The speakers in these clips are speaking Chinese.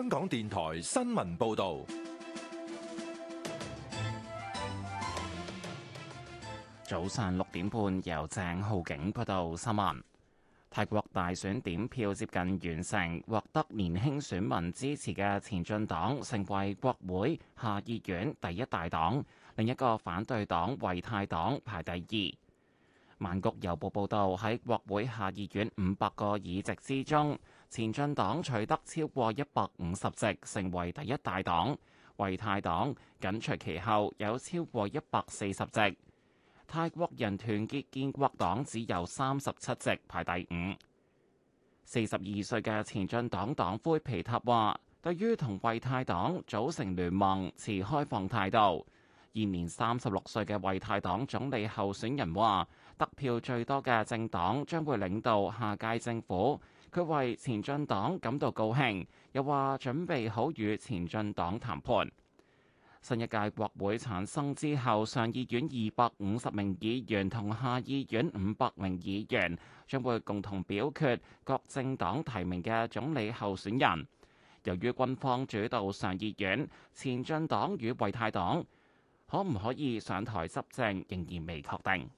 香港電台新聞報導。 早上6點半，由鄭浩景報道新聞。泰國大選點票接近完成，獲得年輕選民支持嘅前進黨成為國會下議院第一大黨，另一個反對黨為泰黨排第二。曼谷郵報報導，喺國會下議院500個議席之中，前進黨取得超過150席，成為第一大黨，為泰黨緊隨其後，有超過140席。泰國人團結建國黨只有37席，排第五。42歲嘅前進黨黨魁皮塔話，對於同為泰黨組成聯盟持開放態度。現年36歲嘅為泰黨總理候選人話，得票最多嘅政黨將會領導下屆政府。佢為前進黨感到高興，又話準備好與前進黨談判。新一屆國會產生之後，上議院250名議員同下議院500名議員將會共同表決各政黨提名嘅總理候選人。由於軍方主導上議院，前進黨與為泰黨可唔可以上台執政，仍然未確定。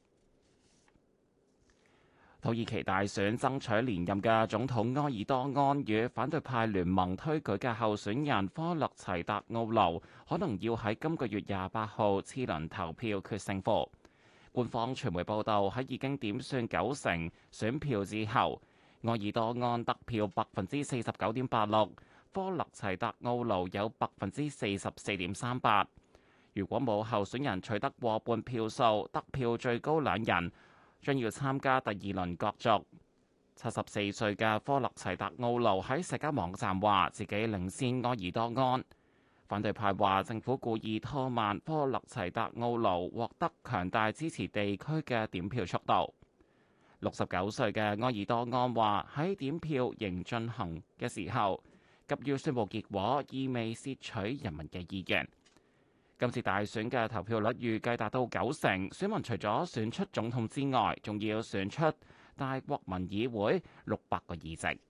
土耳其大選爭取連任嘅總統埃爾多安與反對派聯盟推舉嘅候選人科勒齊達奧盧可能要喺今個月28號次輪投票決勝負。官方傳媒報道，喺已經點算90%選票之後，埃爾多安得票49.86%，科勒齊達奧盧有44.38%。如果冇候選人取得過半票數，得票最高兩人將要參加第二輪角逐。74歲嘅科勒齊達奧盧喺社交網站話自己領先埃爾多安。反對派話政府故意拖慢科勒齊達奧盧獲得強大支持地區嘅點票速度。69歲嘅埃爾多安話喺點票仍進行嘅時候，急要宣佈結果，意味竊取人民嘅意願。今次大選嘅投票率預計達到90%，選民除咗選出總統之外，仲要選出大國民議會600個議席。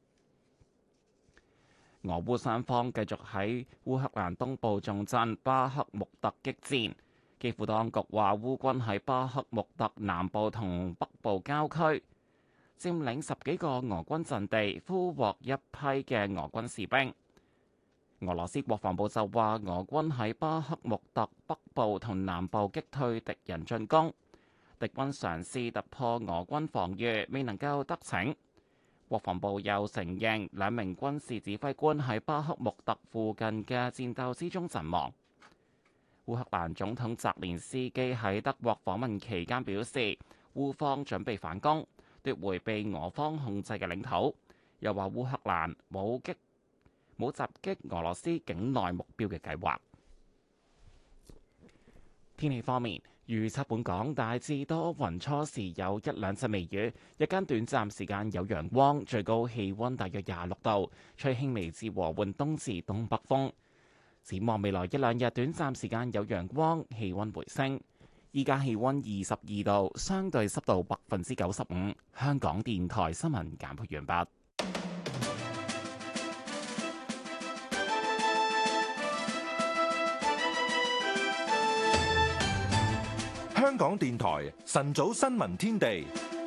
俄烏雙方繼續喺烏克蘭東部重鎮巴克穆特激戰，基輔當局話烏軍喺巴克穆特南部同北部郊區佔領10幾個俄軍陣地，俘獲一批嘅俄軍士兵。俄羅斯國防部就話，俄軍喺巴克穆特北部同南部擊退敵人進攻，敵軍嘗試突破俄軍防禦，未能夠得逞。國防部又承認2名軍事指揮官喺巴克穆特附近嘅戰鬥之中陣亡。烏克蘭總統澤連斯基喺德國訪問期間表示，烏方準備反攻，奪回被俄方控制嘅領土，又話烏克蘭冇襲擊俄羅斯境內目標嘅計劃。天氣方面，預測本港大致多雲，初時有一兩陣微雨，日間短暫時間有陽光，最高氣溫大約26度，吹輕微至和緩東至東北風。展望未來一兩日，短暫時間有陽光，氣溫回升。依家氣溫22度，相對濕度95%。香港電台新聞簡報完畢。 香港電台晨早新聞天地，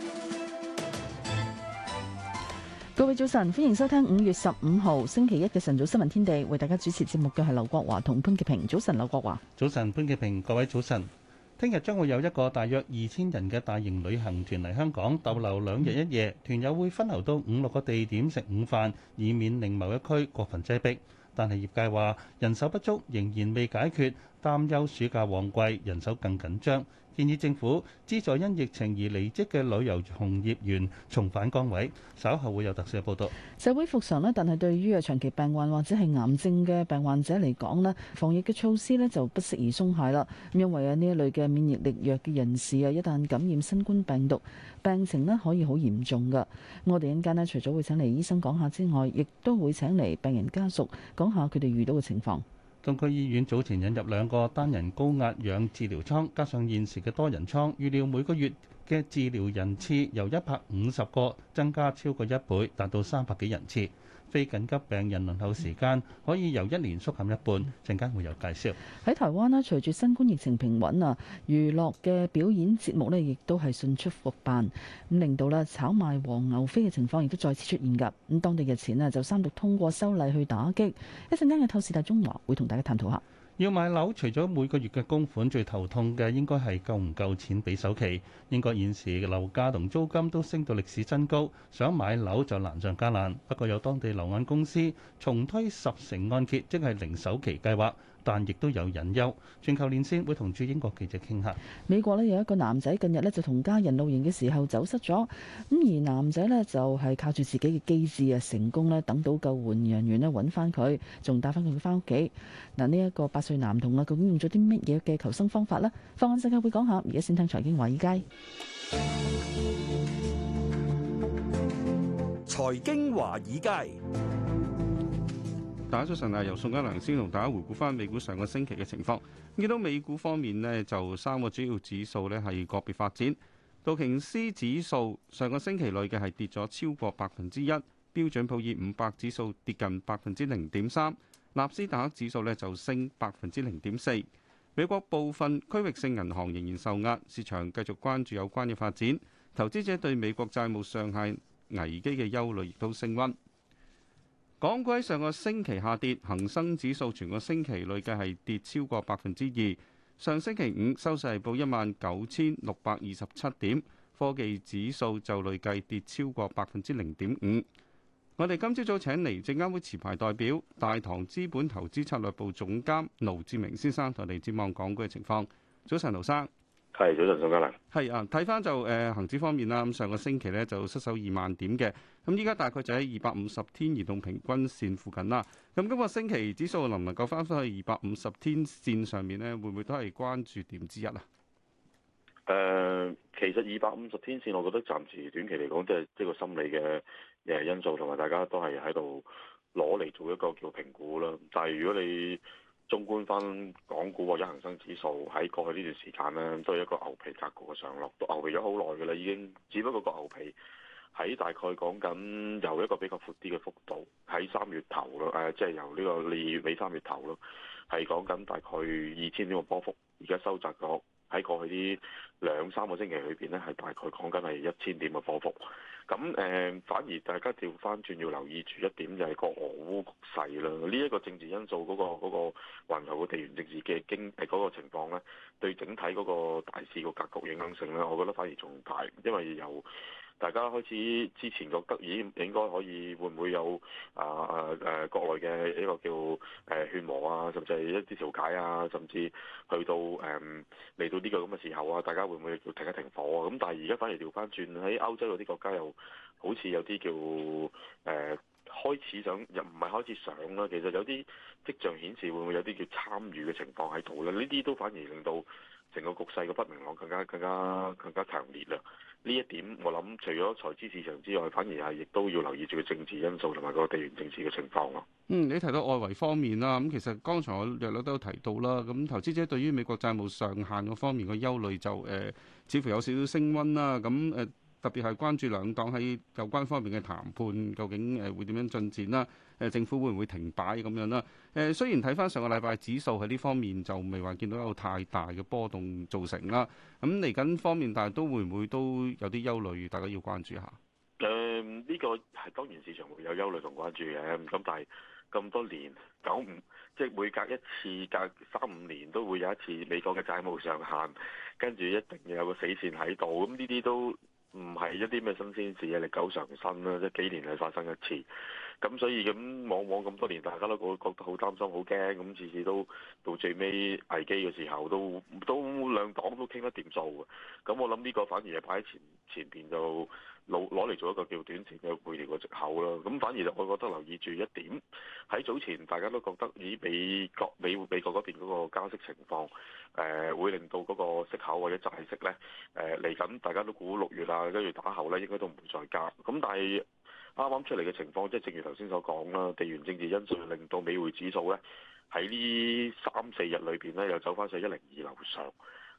各位早晨，歡迎收聽5月15號星期一嘅晨早新聞天地，為大家主持節目嘅係劉國華同潘潔平。早晨，劉國華。 早晨，潘潔平。各位早晨。聽日將會有一個大約2000人嘅大型旅行團嚟香港逗留2日1夜，團友會分流到5、6個地點食午飯，以免令某一區過分擠迫。但係業界話人手不足仍然未解決，擔憂暑假旺季人手更緊張，建議政府資助因疫情而離職嘅旅遊從業員重返崗位。稍後會有特寫報道。 社會復常咧，但係對於長期病患或者係癌症嘅病患者嚟講咧，防疫嘅措施咧就不適宜鬆懈啦。因為呢一類嘅免疫力弱嘅人士啊，一旦感染新冠病毒，病情咧可以好嚴重噶。我哋陣間咧，除咗會請嚟醫生講下之外，亦都會請嚟病人家屬講下佢哋遇到嘅情況。 東區醫院早前引入2個單人高壓氧治療艙，加上現時嘅多人艙，預料每個月嘅治療人次由150個增加超過1倍，達到300幾人次。 非緊急病人輪候時間可以由1年縮減一半。陣間會有介紹。 喺台灣咧，隨住新冠疫情平穩啊，娛樂嘅表演節目咧，亦都係迅速復辦，咁令到咧炒賣黃牛飛嘅情況亦都再次出現㗎。咁當地日前咧就三讀通過修例去打擊。一陣間嘅透視大中華會同大家探討下。 要買樓，除咗每個月嘅供款，最頭痛嘅應該係夠唔夠錢俾首期。英國現時樓價同租金都升到歷史新高，想買樓就難上加難。不過有當地樓按公司重推10成按揭，即係零首期計劃，但亦都有隱憂。全球連線會同駐英國記者傾下。 美國呢有一個男仔近日呢就同家人露營嘅時候走失咗，咁而男仔呢就係靠住自己嘅機智啊，成功呢等到救援人員呢揾翻佢，仲帶翻佢翻屋企。嗱，呢一個8歲男童啊，究竟用咗啲乜嘢嘅求生方法呢？放眼世界會講下，而家先聽財經華爾街。 財經華爾街， 大家早晨啊！由宋嘉良先同大家回顧翻美股上個星期嘅情況。見到美股方面呢，就3個主要指數呢係個別發展。道瓊斯指數上個星期內嘅係跌咗超過1%，標準普爾500指數跌近0.3%，納斯達克指數呢就升0.4%。美國部分區域性銀行仍然受壓，市場繼續關注有關嘅發展。投資者對美國債務上限危機嘅憂慮亦都升溫。港股喺上個星期下跌，恒生指數全個星期累計係跌超過2%。上星期五收市係報19,627點，科技指數就累計跌超過0.5%。我哋今朝早請嚟證監會持牌代表、大堂資本投資策略部總監盧志明先生同我哋展望港股嘅情況。早晨，盧生。 係，早晨，宋嘉良。 係啊，睇翻就恆指方面啦，咁上個星期咧就失守2萬點嘅，咁依家大概就喺250天移動平均線附近啦。咁今個星期指數能唔能夠翻返去250天線上面咧，會唔會都係關注點之一啊？ 其實250天線，我覺得暫時短期嚟講，即係呢個心理嘅因素，同埋大家都係喺度攞嚟做一個叫評估啦。但係如果你縱觀翻港股或者恒生指數喺過去呢段時間呢，都係一個牛皮格局嘅上落，都牛皮咗好耐嘅啦，已經。只不過個牛皮喺大概講緊由一個比較闊啲嘅幅度，喺3月頭咯，即係由呢個2月尾3月頭咯，係講緊大概2000點嘅波幅，而家收窄咗。喺過去呢2-3個星期裏邊呢，係大概講緊係1000點嘅波幅。咁反而大家調翻轉要留意住一點，就係個俄烏局勢啦。呢一個政治因素嗰個環球嘅地緣政治嘅嗰個情況呢，對整體嗰個大市個格局影響性呢，我覺得反而仲大，因為由大家開始之前覺得，咦應該可以會唔會有國內嘅一個叫勸和啊，甚至係一啲調解啊，甚至去到嚟到呢個咁嘅時候啊，大家會唔會叫停一停火啊？咁但係而家反而調翻轉喺歐洲嗰啲國家又好似有啲叫開始想，又唔係開始想啦。其實有啲跡象顯示會唔會有啲叫參與嘅情況喺度咧？呢啲都反而令到成個局勢嘅不明朗更加強烈啦。呢一點我諗，除咗財資市場之外，反而係亦都要留意住個政治因素同埋個地緣政治嘅情況咯。 你提到外圍方面啦，咁其實剛才我略略都有提到啦。咁投資者對於美國債務上限嗰方面嘅憂慮就似乎有少少升溫啦。咁特別係關注兩黨喺有關方面嘅談判，究竟會點樣進展啦？政府會唔會停擺咁樣啦？雖然睇翻上個禮拜指數喺呢方面就未話見到有太大嘅波動造成啦。咁嚟緊方面，但係都會唔會都有啲憂慮，大家要關注下。 呢個係當然市場會有憂慮同關注嘅。咁但係咁多年95，即係每隔一次、隔3-5年都會有一次美國嘅債務上限，跟住一定要有個死線喺度。咁呢啲都唔係一啲咩新鮮事嘅，歷久常新啦，即係幾年係發生一次。咁所以咁往往咁多年，大家都覺得好擔心、好驚，咁次次都到最尾危機嘅時候，都兩黨都傾得掂數嘅。咁我諗呢個反而係擺喺前邊就攞嚟做一個叫短線嘅回調嘅藉口啦。咁反而我覺得留意住一點，喺早前大家都覺得以美國嗰邊嗰個加息情況，會令到嗰個息口或者債息咧，嚟緊大家都估6月啊，跟住打後咧應該都唔會再加。咁但係啱啱出嚟嘅情況，即係正如頭先所講啦，地緣政治因素令到美匯指數咧喺呢3-4日裏邊咧又走翻上102樓上。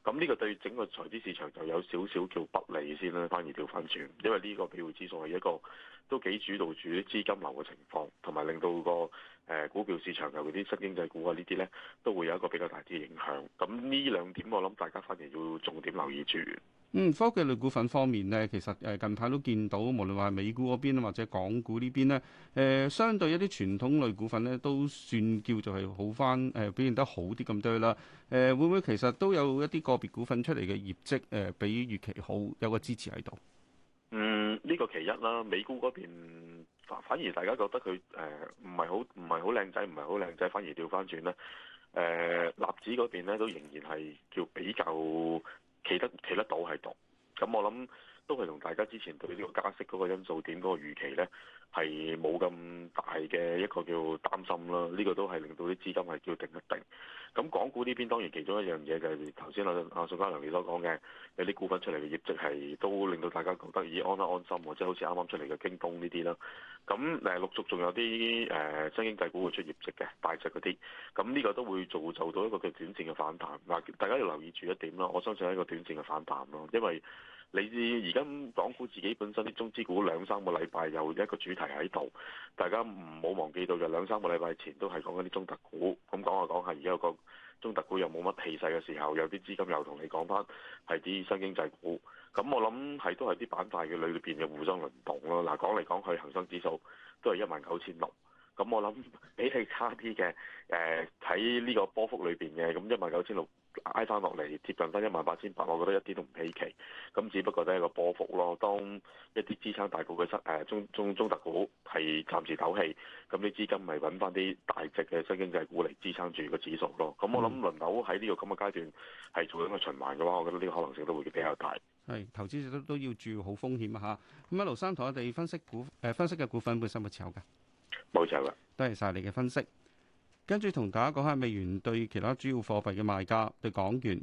咁呢個對整個財資市場就有少少叫不利先啦，反而調翻轉，因為呢個美匯指數係一個都幾主導住啲資金流嘅情況，同埋令到個股票市場尤其啲新經濟股啊呢啲呢，都會有一個比較大啲嘅影響。咁呢兩點我諗大家反而要重點留意住。 科技類股份方面呢，其實近排都見到，無論話美股嗰邊或者港股呢邊呢，相對一啲傳統類股份呢，都算叫做係好翻，表現得好啲咁多啦。會唔會其實都有一啲個別股份出嚟嘅業績比預期好，有個支持喺度？ 呢個其一啦，美股嗰邊反而大家覺得佢唔係好靚仔，唔係好靚仔，反而調翻轉咧。納指嗰邊咧都仍然係叫比較企得到喺度。咁我諗都係同大家之前對呢個加息嗰個因素點嗰個預期咧係冇咁大嘅一個叫擔心啦。呢個都係令到啲資金係叫定一定。咁港股呢邊當然其中一樣嘢就係頭先阿宋嘉良你所講嘅，有啲股份出嚟嘅業績係都令到大家覺得以安心，或者好似啱啱出嚟嘅京東呢啲啦。咁陸續仲有啲新經濟股會出業績嘅大隻嗰啲，咁呢個都會造就到一個叫短線嘅反彈。嗱，大家要留意住一點啦，我相信係一個短線嘅反彈咯，因為你知而家港股自己本身啲中資股2-3個禮拜有一個主題喺度，大家唔好忘記到就2-3個禮拜前都係講緊啲中特股，咁講下而家有個中特股又冇乜氣勢嘅時候，有啲資金又同你講翻係啲新經濟股，咁我諗都係啲板塊嘅裏邊嘅互相輪動咯。嗱，講嚟講去恒生指數都係19,600。咁我諗比你差啲嘅，喺呢個波幅裏邊嘅，咁19,600挨翻落嚟貼近翻18,800，我覺得一啲都唔稀奇。咁只不過都係一個波幅咯。當一啲支撐大股嘅中特股係暫時唞氣，咁啲資金咪揾翻啲大隻嘅新經濟股嚟支撐住個指數咯。咁我諗輪流喺呢個咁嘅階段係做緊個循環嘅話，我覺得呢個可能性都會比較大。 係投資者都要注意好風險啊！嚇，咁阿盧生同我哋分析嘅股份本身有冇持有㗎？ 冇錯啦， 多謝晒你嘅分析。跟住同大家講下美元對其他主要貨幣嘅賣價：對港元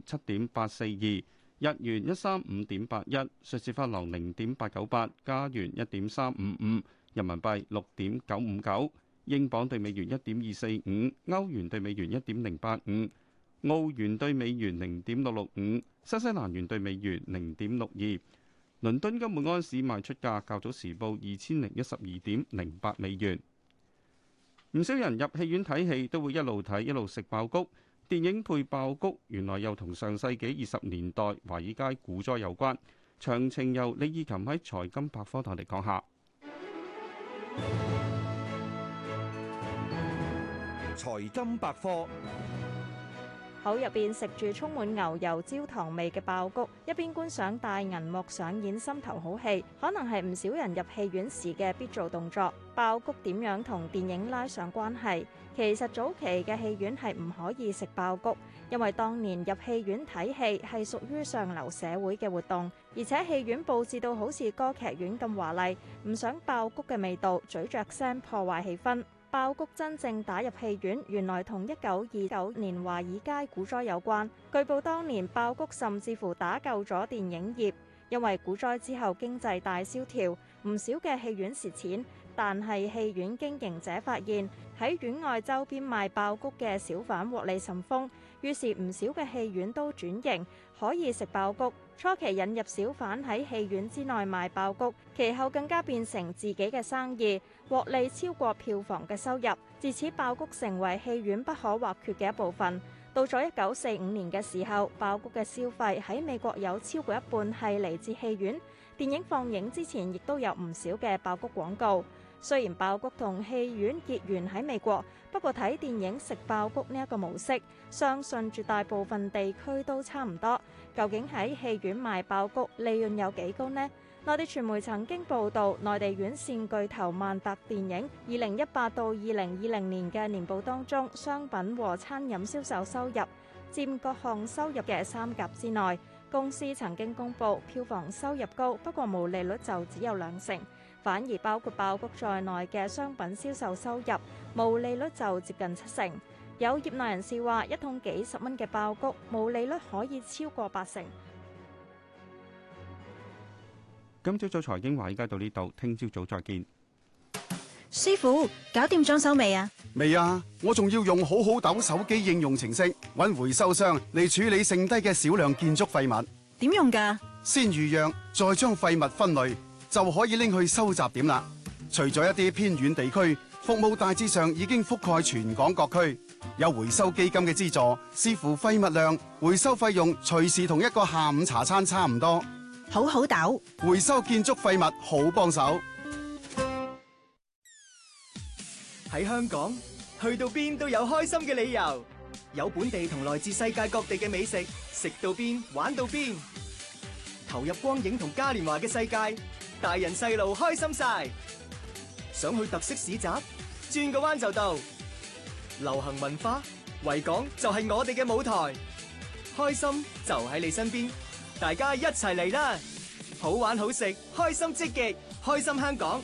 7.842，日元135.81，瑞士法郎0.898，加元1.355，人民幣6.959，英鎊對美元1.245，歐元對美元1.085，澳元對美元0.665，新西蘭元對美元0.62。倫敦金每安士賣出價較早時報2012.08美元。唔少人入戲院睇戲都會一路睇一路食爆谷，電影配爆谷原來又同上世紀20年代華爾街股災有關。詳情由李義琴喺財金百科同我哋講下。 財金百科。 口入邊食住充滿牛油焦糖味嘅爆谷，一邊觀賞大銀幕上演心頭好戲，可能係唔少人入戲院時嘅必做動作。爆谷點樣同電影拉上關係？其實早期嘅戲院係唔可以食爆谷，因為當年入戲院睇戲係屬於上流社會嘅活動，而且戲院佈置到好似歌劇院咁華麗，唔想爆谷嘅味道咀嚼聲破壞氣氛。爆谷真正打入戲院，原來同1929年華爾街股災有關。據報當年爆谷甚至乎打救咗電影業，因為股災之後經濟大蕭條，唔少嘅戲院蝕錢。但係戲院經營者發現喺院外周邊賣爆谷嘅小販獲利甚豐，於是唔少嘅戲院都轉型可以食爆谷。初期引入小販喺戲院之內賣爆谷，其後更加變成自己嘅生意，獲利超過票房嘅收入。自此爆谷成為戲院不可或缺嘅一部分。到咗1945年嘅時候，爆谷嘅消費喺美國有超過一半係嚟自戲院。電影放映之前亦都有唔少嘅爆谷廣告。雖然爆谷同戲院結緣喺美國，不過睇電影食爆谷呢一個模式，相信絕大部分地區都差唔多。究竟喺戲院賣爆谷利潤有幾高呢？內地傳媒曾經報導，內地院線巨頭萬達電影2018到2020年嘅年報當中，商品和餐飲銷售收入佔各項收入嘅3甲之內。公司曾經公佈票房收入高，不過毛利率就只有2成。反而包括爆谷在內嘅商品銷售收入毛利率就接近7成。有業內人士話，一桶幾十蚊嘅爆谷毛利率可以超過8成。 今朝早財經華爾街到呢度，聽朝早再見。 師傅，搞掂裝修未啊？ 未啊，我仲要用好好斗手機應用程式搵回收商嚟處理剩低嘅少量建築廢物。 點用㗎？ 先預約，再將廢物分類，就可以拎去收集點啦。除咗一啲偏遠地區，服務大致上已經覆蓋全港各區。有回收基金嘅資助，視乎廢物量，回收費用隨時同一個下午茶餐差唔多。 好好斗， 回收建築廢物好幫手。 喺香港，去到邊都有開心嘅理由，有本地同來自世界各地嘅美食，食到邊玩到邊，投入光影同嘉年華嘅世界，大人細路開心晒。想去特色市集，轉個彎就到。流行文化，維港就係我哋嘅舞台，開心就喺你身邊，大家一齊嚟啦！好玩好食，開心積極，開心香港。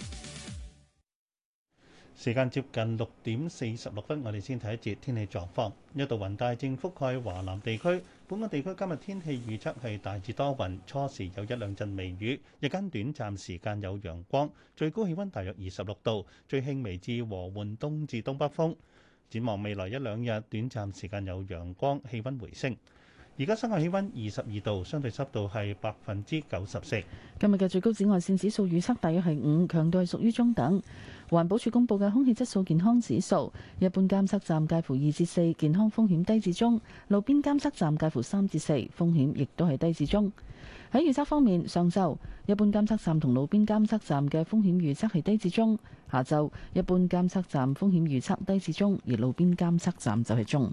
時間接近6:46，我哋先睇一節天氣狀況。一道雲帶正覆蓋華南地區，本港地區今日天氣預測係大致多雲，初時有一兩陣微雨，日間短暫時間有陽光，最高氣温大約26度，最輕微至和緩東至東北風。展望未來一兩日，短暫時間有陽光，氣温回升。而家室外氣温22度，相對濕度係94%。 今日嘅最高紫外線指數預測大約係5，強度係屬於中等。環保署公布嘅空氣質素健康指數，一般監測站介乎2至4，健康風險低至中；路邊監測站介乎3至4，風險亦都係低至中。喺預測方面，上晝一般監測站同路邊監測站嘅風險預測係低至中；下晝一般監測站風險預測低至中，而路邊監測站就係中。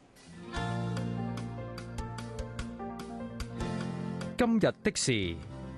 今日的事，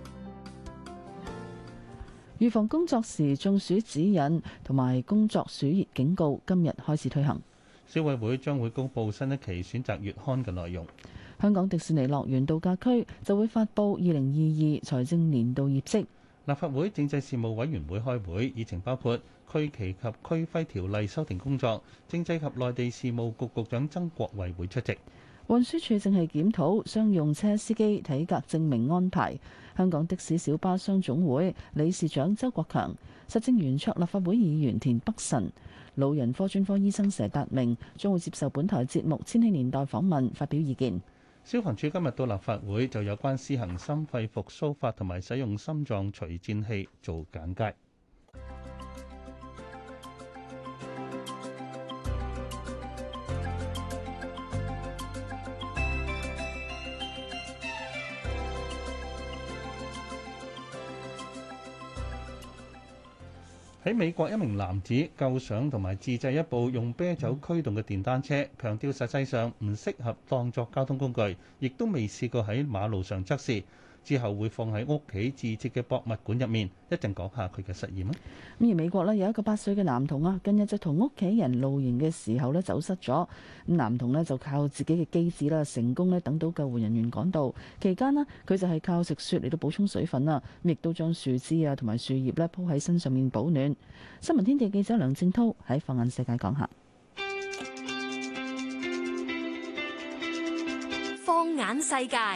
預防工作時中暑指引同埋工作暑熱警告今日開始推行。 消委會將會公布新一期選擇月刊嘅內容。 香港迪士尼樂園度假區就會發布2022財政年度業績。 立法會政制事務委員會開會，議程包括區旗及區徽條例修訂工作。政制及內地事務局局長曾國衛會出席。 運輸署正係檢討商用車司機體格證明安排。香港的士小巴商總會理事長周國強、實政圓桌立法會議員田北辰、老人科專科醫生佘達明將會接受本台節目《千禧年代》訪問，發表意見。 消防處今日到立法會就有關施行心肺復甦法同埋使用心臟除顫器做簡介。喺美國，一名男子構想同埋自製一部用啤酒驅動嘅電單車，強調實際上唔適合當作交通工具，亦都未試過喺馬路上測試。之後會放喺屋企自設嘅博物館入面。一陣講下佢嘅實驗啊！ 咁而美國呢有一個8歲嘅男童啊，近日就同屋企人露營嘅時候呢走失咗。咁男童呢就靠自己嘅機智啦，成功呢等到救援人員趕到。期間呢，佢就係靠食雪嚟到補充水分啦，亦都將樹枝啊同埋樹葉呢鋪喺身上面保暖。新聞天地記者梁正濤喺放眼世界講下。 放眼世界。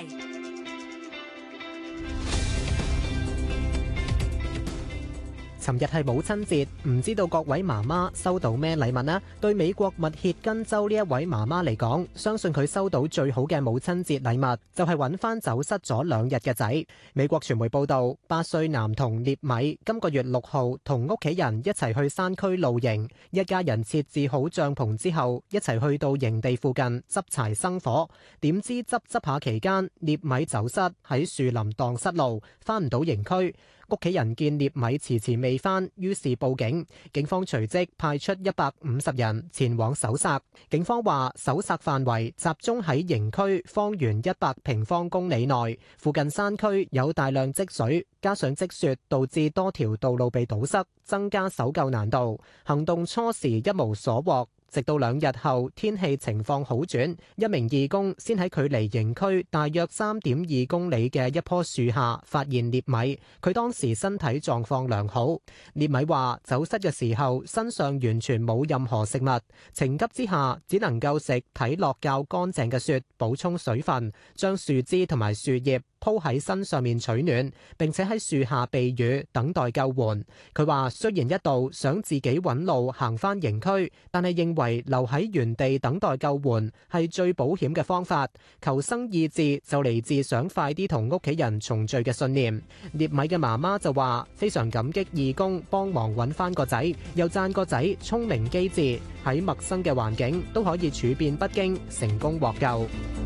尋日係母親節，唔知道各位媽媽收到咩禮物呢？對美國密歇根州呢一位媽媽嚟講，相信佢收到最好嘅母親節禮物就係揾翻走失咗2日嘅仔。美國傳媒報道，8歲男童聶米今個月6號同屋企人一齊去山區露營，一家人設置好帳篷之後，一齊去到營地附近執柴生火。點知執下期間，聶米走失喺樹林蕩失路，翻唔到營區。屋企人見聶米遲遲未返，於是報警。警方隨即派出150人前往搜查。警方話，搜查範圍集中喺營區方圓100平方公里內，附近山區有大量積水，加上積雪導致多條道路被堵塞，增加搜救難度。行動初時一無所獲。直到2日後，天氣情況好轉，一名義工先喺距離營區大約3.2公里嘅一棵樹下發現聶米。佢當時身體狀況良好。聶米話走失嘅時候身上完全冇任何食物，情急之下只能夠食睇落較乾淨嘅雪補充水分，將樹枝同埋樹葉鋪喺身上面取暖，並且喺樹下避雨等待救援。佢話雖然一度想自己揾路行返營區，但係認為留喺原地等待救援係最保險嘅方法。求生意志就嚟自想快啲同屋企人重聚嘅信念。聶米嘅媽媽就話非常感激義工幫忙揾返個仔，又讚個仔聰明機智，喺陌生嘅環境都可以處變不驚，成功獲救。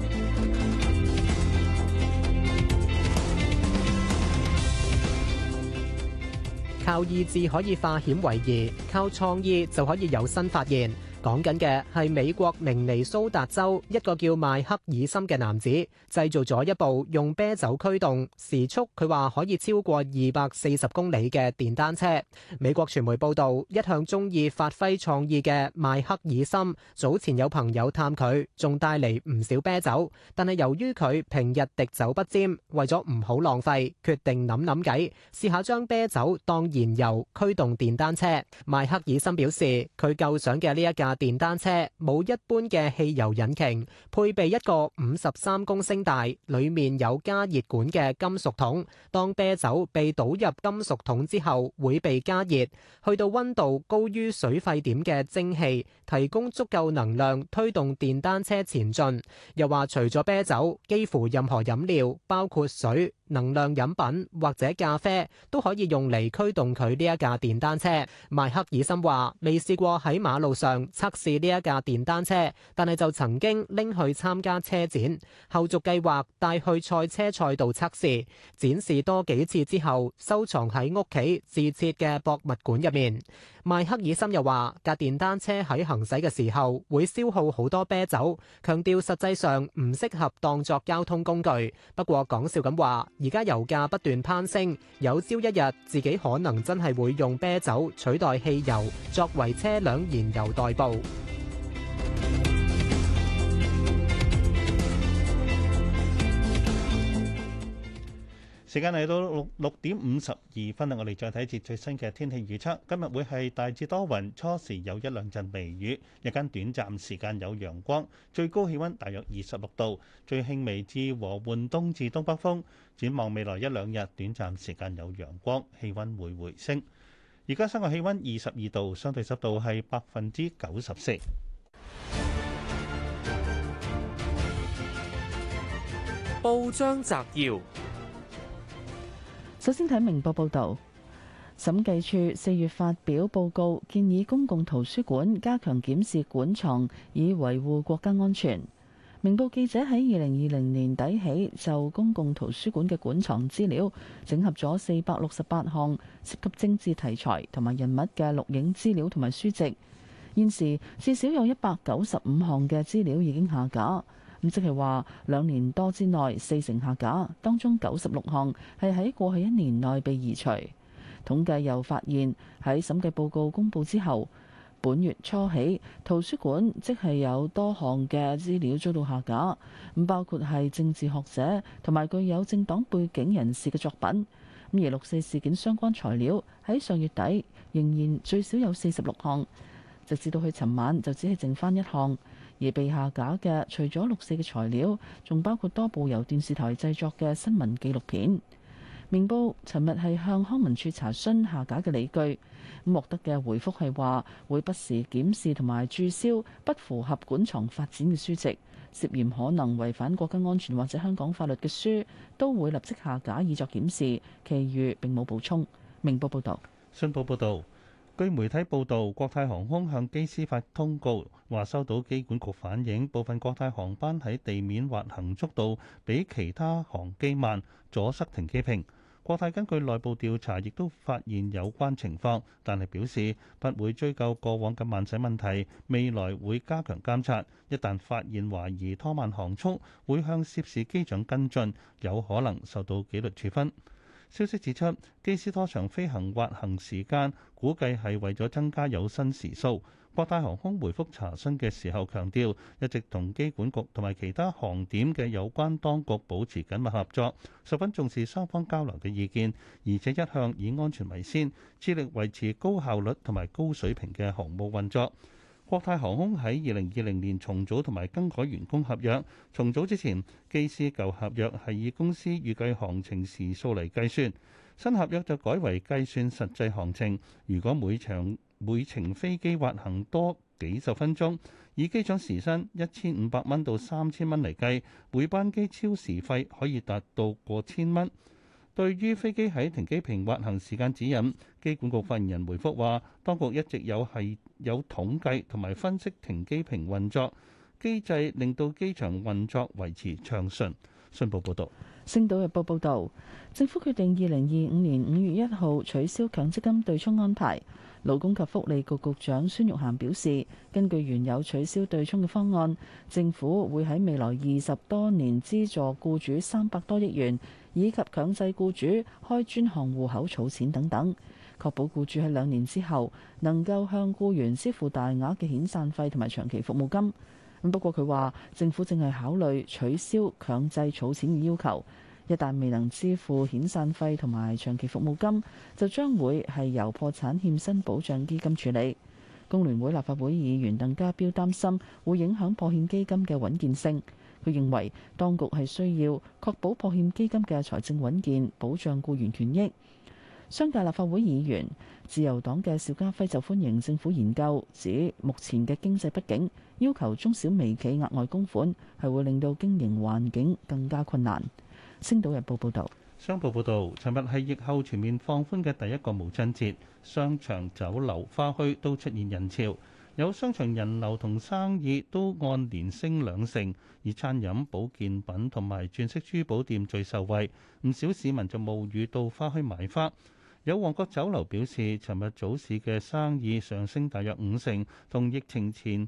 靠意志可以化險為夷，靠創意就可以有新發現。講緊嘅係美國明尼蘇達州一個叫邁克爾森嘅男子，製造咗一部用啤酒驅動、時速佢話可以超過240公里嘅電單車。美國傳媒報道，一向中意發揮創意嘅邁克爾森，早前有朋友探佢，仲帶嚟唔少啤酒，但係由於佢平日滴酒不沾，為咗唔好浪費，決定諗計，試下將啤酒當燃油驅動電單車。邁克爾森表示，佢構想嘅呢一架電單車冇一般嘅汽油引擎，配備一個53公升大、裏面有加熱管嘅金屬桶。當啤酒被倒入金屬桶之後，會被加熱，去到溫度高於水沸點嘅蒸汽，提供足夠能量推動電單車前進。又話除咗啤酒，幾乎任何飲料，包括水、能量飲品或者咖啡，都可以用嚟驅動佢呢一架電單車。邁克爾森話未試過喺馬路上測試呢一架電單車，但係就曾經拎去參加車展，後續計劃帶去賽車賽道測試，展示多幾次之後，收藏喺屋企自設嘅博物館入面。邁克爾森又話架電單車喺行駛嘅時候會消耗好多啤酒，強調實際上唔適合當作交通工具。不過講笑咁話，而家油價不斷攀升，有朝一日自己可能真係會用啤酒取代汽油，作為車輛燃油代步。 時間嚟到6點52分啦，我哋再睇一節最新嘅天氣預測。今日會係大致多雲，初時有一兩陣微雨，日間短暫時間有陽光，最高氣溫大約26度，最輕微至和緩東至東北風。展望未來一兩日，短暫時間有陽光，氣溫會回升。而家室外氣溫22度，相對濕度係94%。 報章摘要。 首先睇明報報導，審計處4月發表報告，建議公共圖書館加強檢視館藏，以維護國家安全。明報記者喺2020年底起就公共圖書館嘅館藏資料，整合咗468項涉及政治題材同埋人物嘅錄影資料同埋書籍。現時至少有195項嘅資料已經下架。咁即係話2年多之內40%下架，當中96項係喺過去1年內被移除。統計又發現喺審計報告公佈之後，本月初起圖書館即係有多項嘅資料遭到下架，咁包括係政治學者同埋具有政黨背景人士嘅作品。而6四事件相關材料喺上月底仍然最少有46項，直至到去尋晚就只係剩返1項。而被下架嘅，除咗6四嘅材料，仲包括多部由電視台製作嘅新聞紀錄片。明報尋日係向康文署查詢下架嘅理據，咁獲得嘅回覆係話會不時檢視同埋註銷不符合館藏發展嘅書籍，涉嫌可能違反國家安全或者香港法律嘅書，都會立即下架以作檢視。其餘並冇補充。明報報導。 信報報導。據媒體報導，國泰航空向機師發通告，話收到機管局反映，部分國泰航班喺地面滑行速度比其他航機慢，阻塞停機坪。國泰根據內部調查，亦都發現有關情況，但係表示不會追究過往嘅慢駛問題，未來會加強監察。一旦發現懷疑拖慢航速，會向涉事機長跟進，有可能受到紀律處分。消息指出，機師拖長飛行滑行時間，估計係為咗增加有薪時數。國泰航空回覆查詢嘅時候強調，一直同機管局同埋其他航點嘅有關當局保持緊密合作，十分重視雙方交流嘅意見，而且一向以安全為先，致力維持高效率同埋高水平嘅航務運作。 國泰航空喺2020年重組同埋更改員工合約。重組之前，機師舊合約係以公司預計航程時數嚟計算，新合約就改為計算實際航程。如果每程飛機滑行多幾十分鐘，以機長時薪1500蚊到3000蚊嚟計，每班機超時費可以達到過千蚊。對於飛機喺停機坪滑行時間指引，機管局發言人回覆話，當局一直有統計同埋分析停機坪運作機制，令到機場運作維持暢順。信報報導。 星島日報報導，政府決定2025年5月1號取消強積金對沖安排。勞工及福利局局長孫玉菡表示，根據原有取消對沖嘅方案，政府會喺未來20多年資助僱主300多億元，以及強制僱主開專項戶口儲錢等等，確保僱主喺2年之後能夠向僱員支付大額嘅遣散費同埋長期服務金。不過佢話，政府正係考慮取消強制儲錢嘅要求。一旦未能支付遣散費同埋長期服務金，就將會係由破產欠薪保障基金處理。工聯會立法會議員鄧家彪擔心會影響破欠基金嘅穩健性。佢認為當局係需要確保破欠基金嘅財政穩健，保障僱員權益。商界立法會議員自由黨嘅邵家輝就歡迎政府研究，指目前嘅經濟不景，要求中小微企額外供款係會令到經營環境更加困難。星島日報報導。 商報報導，尋日係疫後全面放寬嘅第一個母親節，商場、酒樓、花墟都出現人潮，有商場人流同生意都按年升2成，而餐飲、保健品同埋鑽飾珠寶店最受惠，唔少市民就冒雨到花墟買花。有旺角酒樓表示，尋日早市嘅生意上升大約5成，同疫情前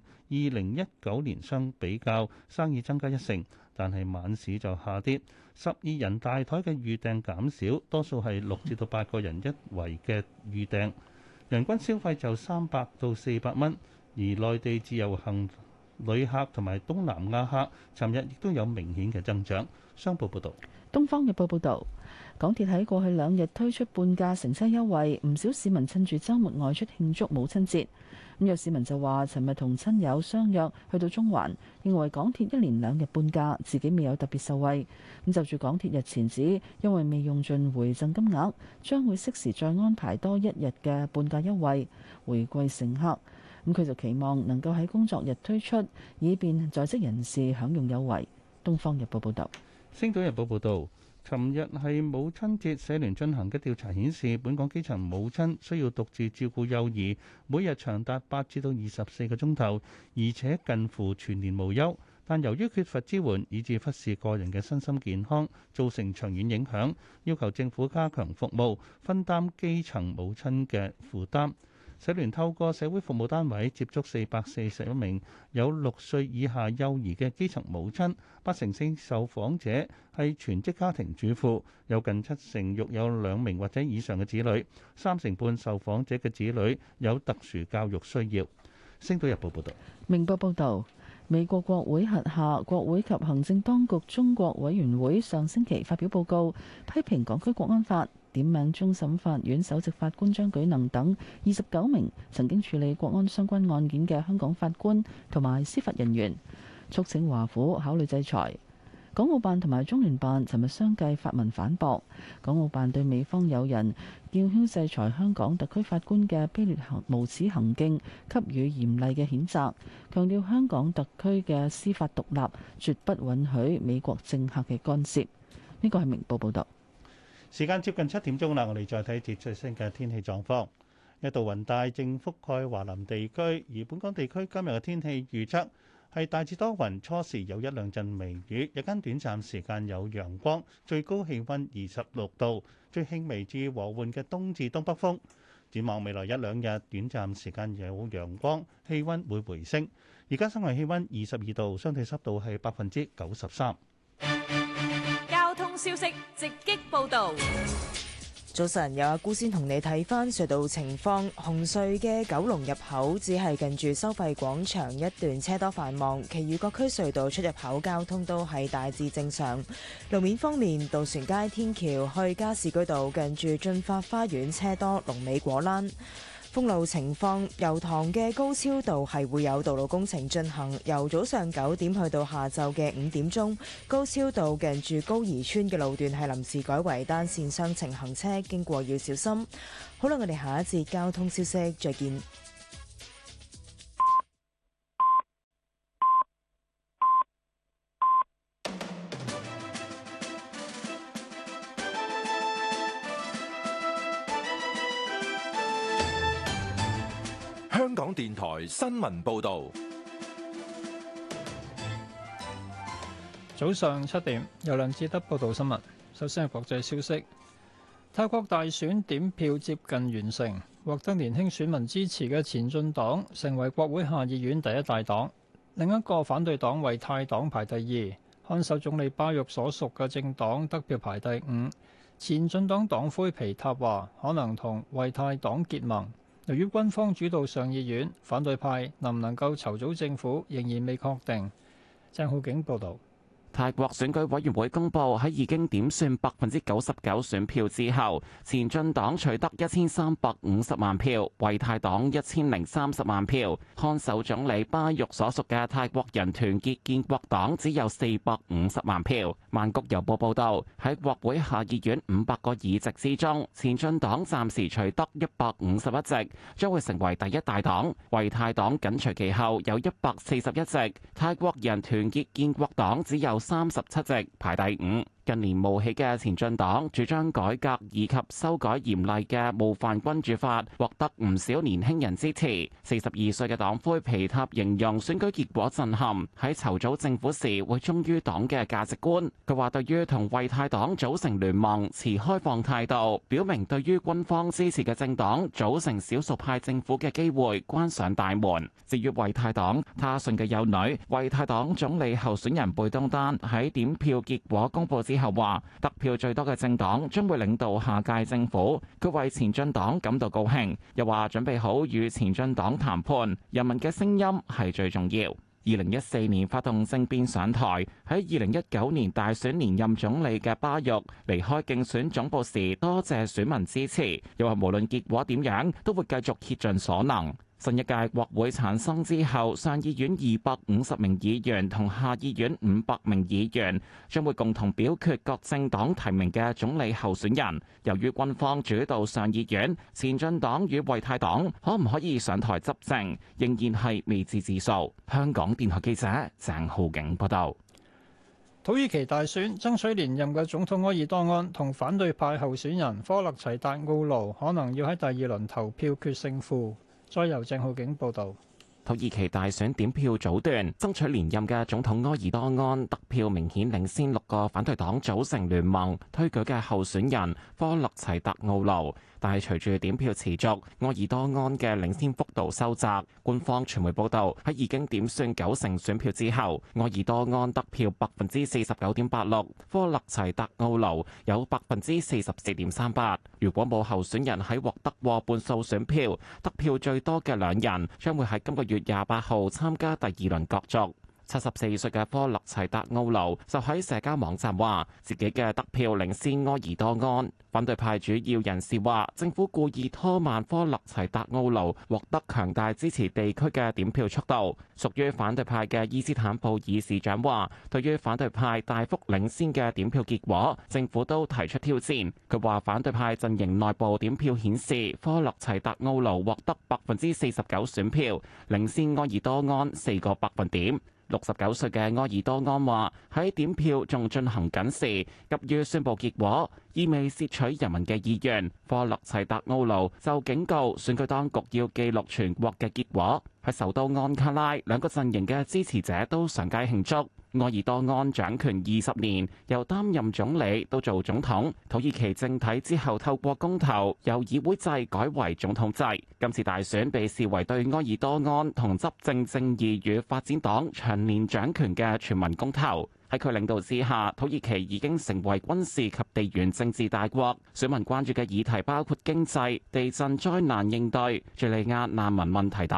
2019年相比較，生意增加1成，但係晚市就下跌。12人大枱嘅預訂減少，多數係6至到8個人一圍嘅預訂，人均消費就300到400蚊。而內地自由行旅客同埋東南亞客，尋日亦都有明顯嘅增長。商報報導。 東方日報報導，港鐵喺過去2日推出半價乘車優惠，唔少市民趁住週末外出慶祝母親節。咁有市民就話，尋日同親友相約去到中環，認為港鐵1連2日半價，自己未有特別受惠。咁就住港鐵日前指，因為未用盡回贈金額，將會適時再安排多1日嘅半價優惠回饋乘客。咁佢就期望能夠喺工作日推出，以便在職人士享用優惠。東方日報報導。 星島日報報導，尋日係母親節，社聯進行嘅調查顯示，本港基層母親需要獨自照顧幼兒，每日長達8至到24個鐘頭，而且近乎全年無休。但由於缺乏支援，以致忽視個人嘅身心健康，造成長遠影響，要求政府加強服務，分擔基層母親嘅負擔。社聯透過社會服務單位接觸441名有6歲以下幼兒嘅基層母親，84%受訪者係全職家庭主婦，有近70%育有2名或者以上嘅子女，3成半受訪者嘅子女有特殊教育需要。星島日報報導。 明報報導，美國國會轄下國會及行政當局中國委員會上星期發表報告，批評港區國安法，點名終審法院首席法官張舉能等29名曾經處理國安相關案件嘅香港法官同埋司法人員，促請華府考慮制裁。港澳辦同埋中聯辦尋日相繼發文反駁，港澳辦對美方友人叫囂制裁香港特區法官嘅卑劣無恥行徑給予嚴厲嘅譴責，強調香港特區嘅司法獨立絕不允許美國政客嘅干涉。呢個係明報報導。 時間接近7點鐘啦，我哋再睇節最新嘅天氣狀況。一道雲帶正覆蓋華南地區，而本港地區今日嘅天氣預測係大致多雲，初時有1-2陣微雨，日間短暫時間有陽光，最高氣温26度，最輕微至和緩嘅東至東北風。展望未來1-2日，短暫時間有陽光，氣温會回升。而家室外氣温22度，相對濕度係93%。 交通消息直擊報導。 早晨，有阿姑先同你睇翻隧道情況。紅隧嘅九龍入口只係近住收費廣場一段車多繁忙，其餘各區隧道出入口交通都係大致正常。路面方面，渡船街天橋去加士居道近住駿發花園車多，龍尾果欄。 封路情況，油塘嘅高超道係會有道路工程進行，由早上9點去到下晝嘅5點鐘。高超道近住高怡村嘅路段係臨時改為單線雙程行車，經過要小心。好啦，我哋下一節交通消息再見。 香港電台新聞報導， 早上7點，由梁志德報道新聞。首先係國際消息，泰國大選點票接近完成，獲得年輕選民支持嘅前進黨成為國會下議院第一大黨，另一個反對黨為泰黨排第二，看守總理巴育所屬嘅政黨得票排第5。前進黨黨魁皮塔話可能同為泰黨結盟。由於軍方主導上議院，反對派能唔能夠籌組政府仍然未確定。鄭浩景報導。 泰國選舉委員會公布喺已經點算99%選票之後，前進黨取得1350萬票，為泰黨1030萬票。看守總理巴育所屬嘅泰國人團結建國黨只有450萬票。曼谷郵報報導，喺國會下議院500個議席之中，前進黨暫時取得151席，將會成為第一大黨。為泰黨緊隨其後有141席，泰國人團結建國黨只有37席，排第5。近年冒起嘅前進黨主張改革以及修改嚴厲嘅冒犯君主法，獲得唔少年輕人支持。42歲嘅黨魁皮塔形容選舉結果震撼，喺籌組政府時會忠於黨嘅價值觀。佢話對於同為泰黨組成聯盟持開放態度，表明對於軍方支持嘅政黨組成少數派政府嘅機會關上大門。至於為泰黨，他信嘅幼女為泰黨總理候選人貝東丹喺點票結果公佈之後話，得票最多嘅政黨將會領導下屆政府。佢為前進黨感到高興，又話準備好與前進黨談判，人民嘅聲音係最重要。2014年發動政變上台，喺2019年大選連任總理嘅巴育離開競選總部時，多謝選民支持，又話無論結果點樣，都會繼續竭盡所能。新一屆國會產生之後，上議院250名議員同下議院500名議員將會共同表決各政黨提名嘅總理候選人。由於軍方主導上議院，前進黨與為泰黨可唔可以上台執政，仍然係未知之數。香港電台記者鄭浩景報道。 土耳其大選爭取連任嘅總統埃爾多安同反對派候選人科勒齊達奧盧可能要喺第二輪投票決勝負。再由鄭浩景報道。 土耳其大選點票早段，爭取連任嘅總統埃爾多安得票明顯領先6個反對黨組成聯盟推舉嘅候選人科勒齊達奧盧。但係隨住點票持續，埃爾多安嘅領先幅度收窄。官方傳媒報道，喺已經點算90%選票之後，埃爾多安得票49.86%，科勒齊達奧盧有44.38%。如果冇候選人喺獲得過半數選票，得票最多嘅兩人將會喺今個月28號參加第二輪角逐。74歲嘅科勒齊達奧盧就喺社交網站話自己嘅得票領先埃爾多安。反對派主要人士話，政府故意拖慢科勒齊達奧盧獲得強大支持地區嘅點票速度。屬於反對派嘅伊斯坦布爾市長話，對於反對派大幅領先嘅點票結果，政府都提出挑戰。佢話反對派陣營內部點票顯示，科勒齊達奧盧獲得49%選票，領先埃爾多安4個百分點。69歲嘅埃爾多安話：喺點票仲進行緊時，急於宣佈結果，意味竊取人民嘅意願。科勒齊達奧盧就警告選舉當局要記錄全國嘅結果。喺首都安卡拉，兩個陣營嘅支持者都上街慶祝。埃爾多安掌權20年，由擔任總理到做總統。土耳其政體之後透過公投由議會制改為總統制。今次大選被視為對埃爾多安同執政正義與發展黨長年掌權嘅全民公投。喺佢領導之下，土耳其已經成為軍事及地緣政治大國。選民關注嘅議題包括經濟、地震災難應對、敘利亞難民問題等。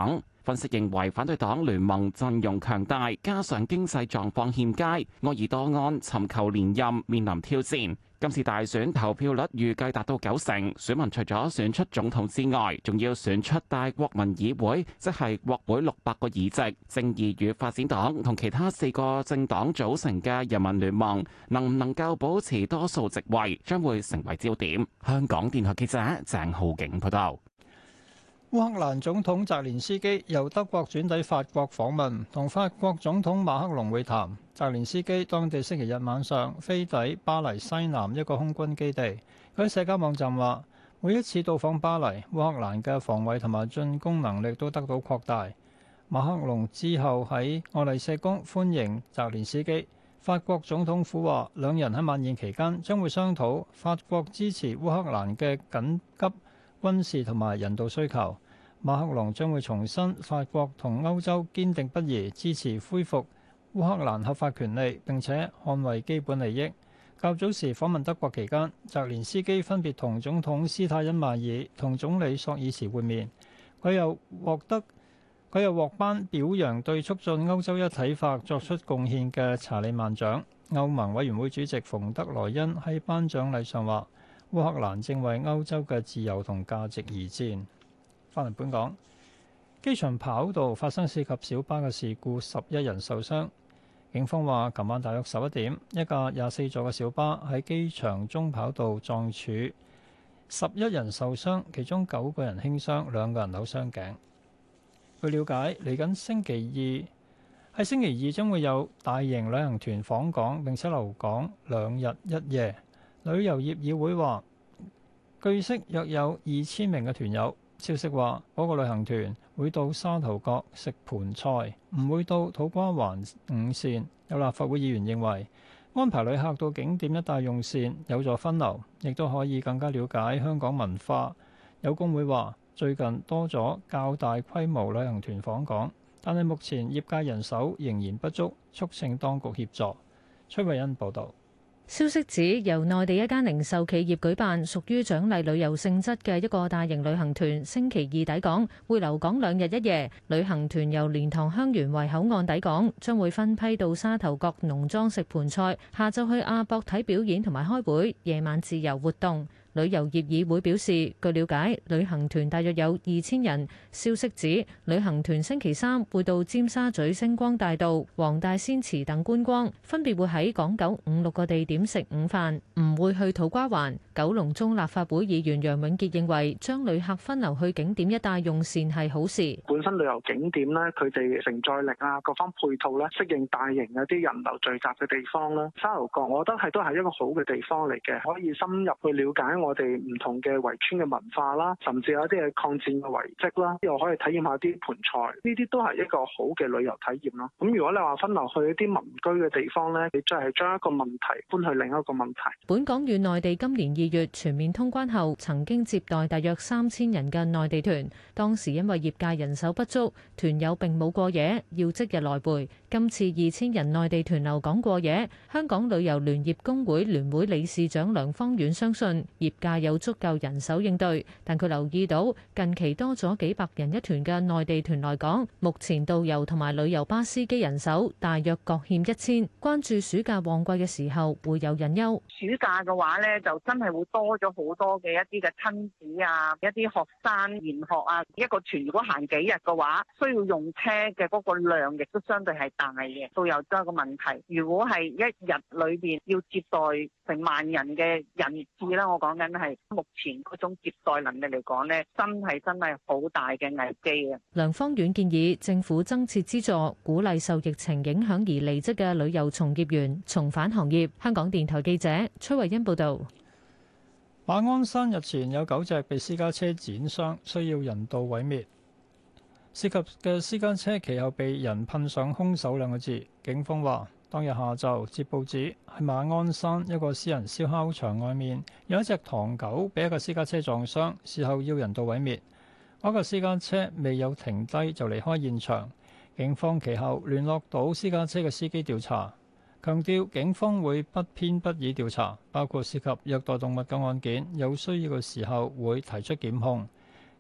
分析認為，反對黨聯盟陣容強大，加上經濟狀況欠佳，埃爾多安尋求連任面臨挑戰。今次大選投票率預計達到90%，選民除咗選出總統之外，仲要選出大國民議會，即係國會600個議席。正義與發展黨同其他4個政黨組成嘅人民聯盟，能唔能夠保持多數席位，將會成為焦點。香港電台記者鄭浩景報道。 烏克蘭總統澤連斯基由德國轉抵法國訪問，同法國總統馬克龍會談。澤連斯基當地星期日晚上飛抵巴黎西南一個空軍基地。佢喺社交網站話：每一次到訪巴黎，烏克蘭嘅防衛同埋進攻能力都得到擴大。馬克龍之後喺愛麗舍宮歡迎澤連斯基。法國總統府話，兩人喺晚宴期間將會商討法國支持烏克蘭嘅緊急軍事同埋人道需求。馬克龍將會重申法國同歐洲堅定不移支持恢復烏克蘭合法權利，並且捍衛基本利益。較早時訪問德國期間，澤連斯基分別同總統施泰因邁爾同總理索爾茨會面。佢又獲頒表揚對促進歐洲一體化作出貢獻嘅查理曼獎。歐盟委員會主席馮德萊恩喺頒獎禮上話：烏克蘭正為歐洲嘅自由同價值而戰。翻嚟本港，機場跑道發生涉及小巴嘅事故，11人受傷。警方話，琴晚大約11點，一架24座嘅小巴喺機場中跑道撞柱，11人受傷，其中9個人輕傷，2個人扭傷頸。據了解，嚟緊星期二將會有大型旅行團訪港，並且留港2日1夜。旅遊業議會話，據悉約有2000名嘅團友。消息話，嗰個旅行團會到沙頭角食盤菜，唔會到土瓜灣午膳。有立法會議員認為，安排旅客到景點一帶用膳有助分流，亦都可以更加了解香港文化。有工會話，最近多咗較大規模旅行團訪港，但係目前業界人手仍然不足，促請當局協助。崔慧欣報導。 消息指，由內地一間零售企業舉辦，屬於獎勵旅遊性質嘅一個大型旅行團，星期二抵港，會留港2日1夜。旅行團由蓮塘香園圍口岸抵港，將會分批到沙頭角農莊食盤菜，下晝去亞博睇表演同埋開會，夜晚自由活動。旅遊業議會表示，據了解，旅行團大約有2000人。消息指，旅行團星期三會到尖沙咀星光大道、黃大仙祠等觀光，分別會喺港九5、6個地點食午飯，唔會去土瓜灣。九龍中立法會議員楊永傑認為，將旅客分流去景點一帶用膳係好事。 本身旅遊景點咧，佢哋承載力啊，各方配套咧，適應大型嘅啲人流聚集嘅地方啦。沙頭角，我覺得都係一個好嘅地方嚟嘅，可以深入去了解我哋唔同嘅圍村嘅文化啦，甚至有一啲嘅抗戰嘅遺跡啦，又可以體驗下啲盤菜，呢啲都係一個好嘅旅遊體驗咯。咁如果你話分流去一啲民居嘅地方呢，你再係將一個問題搬去另一個問題。 本港與內地今年2月全面通關後，曾經接待大約3000人嘅內地團，當時因為業界人手不足，團友並冇過夜，要即日來回。今次2000人內地團留港過夜，香港旅遊聯業工會聯會理事長梁芳遠相信業界有足夠人手應對，但佢留意到近期多咗幾百人一團嘅內地團來港，目前導遊同埋旅遊巴司機人手大約各欠1000，關注暑假旺季嘅時候會有隱憂。 暑假嘅話呢，就真係會多咗好多嘅一啲嘅親子啊，一啲學生研學啊，一個團如果行幾日嘅話，需要用車嘅嗰個量亦都相對係大嘅，都有多一個問題。如果係一日裏邊要接待成萬人嘅人次啦，我講緊係目前嗰種接待能力嚟講呢，真係好大嘅危機啊！ 梁芳遠建議政府增設資助，鼓勵受疫情影響而離職嘅旅遊從業員重返行業。香港電台記者崔慧欣報道。 馬鞍山日前有9隻被私家車剪傷，需要人道毀滅。涉及嘅私家車其後被人噴上兇手2個字。警方話，當日下晝接報紙喺馬鞍山一個私人燒烤場外面有一隻唐狗被一個私家車撞傷，事後要人道毀滅。嗰個私家車未有停低就離開現場。警方其後聯絡到私家車嘅司機調查，強調警方會不偏不倚調查，包括涉及虐待動物嘅案件，有需要嘅時候會提出檢控。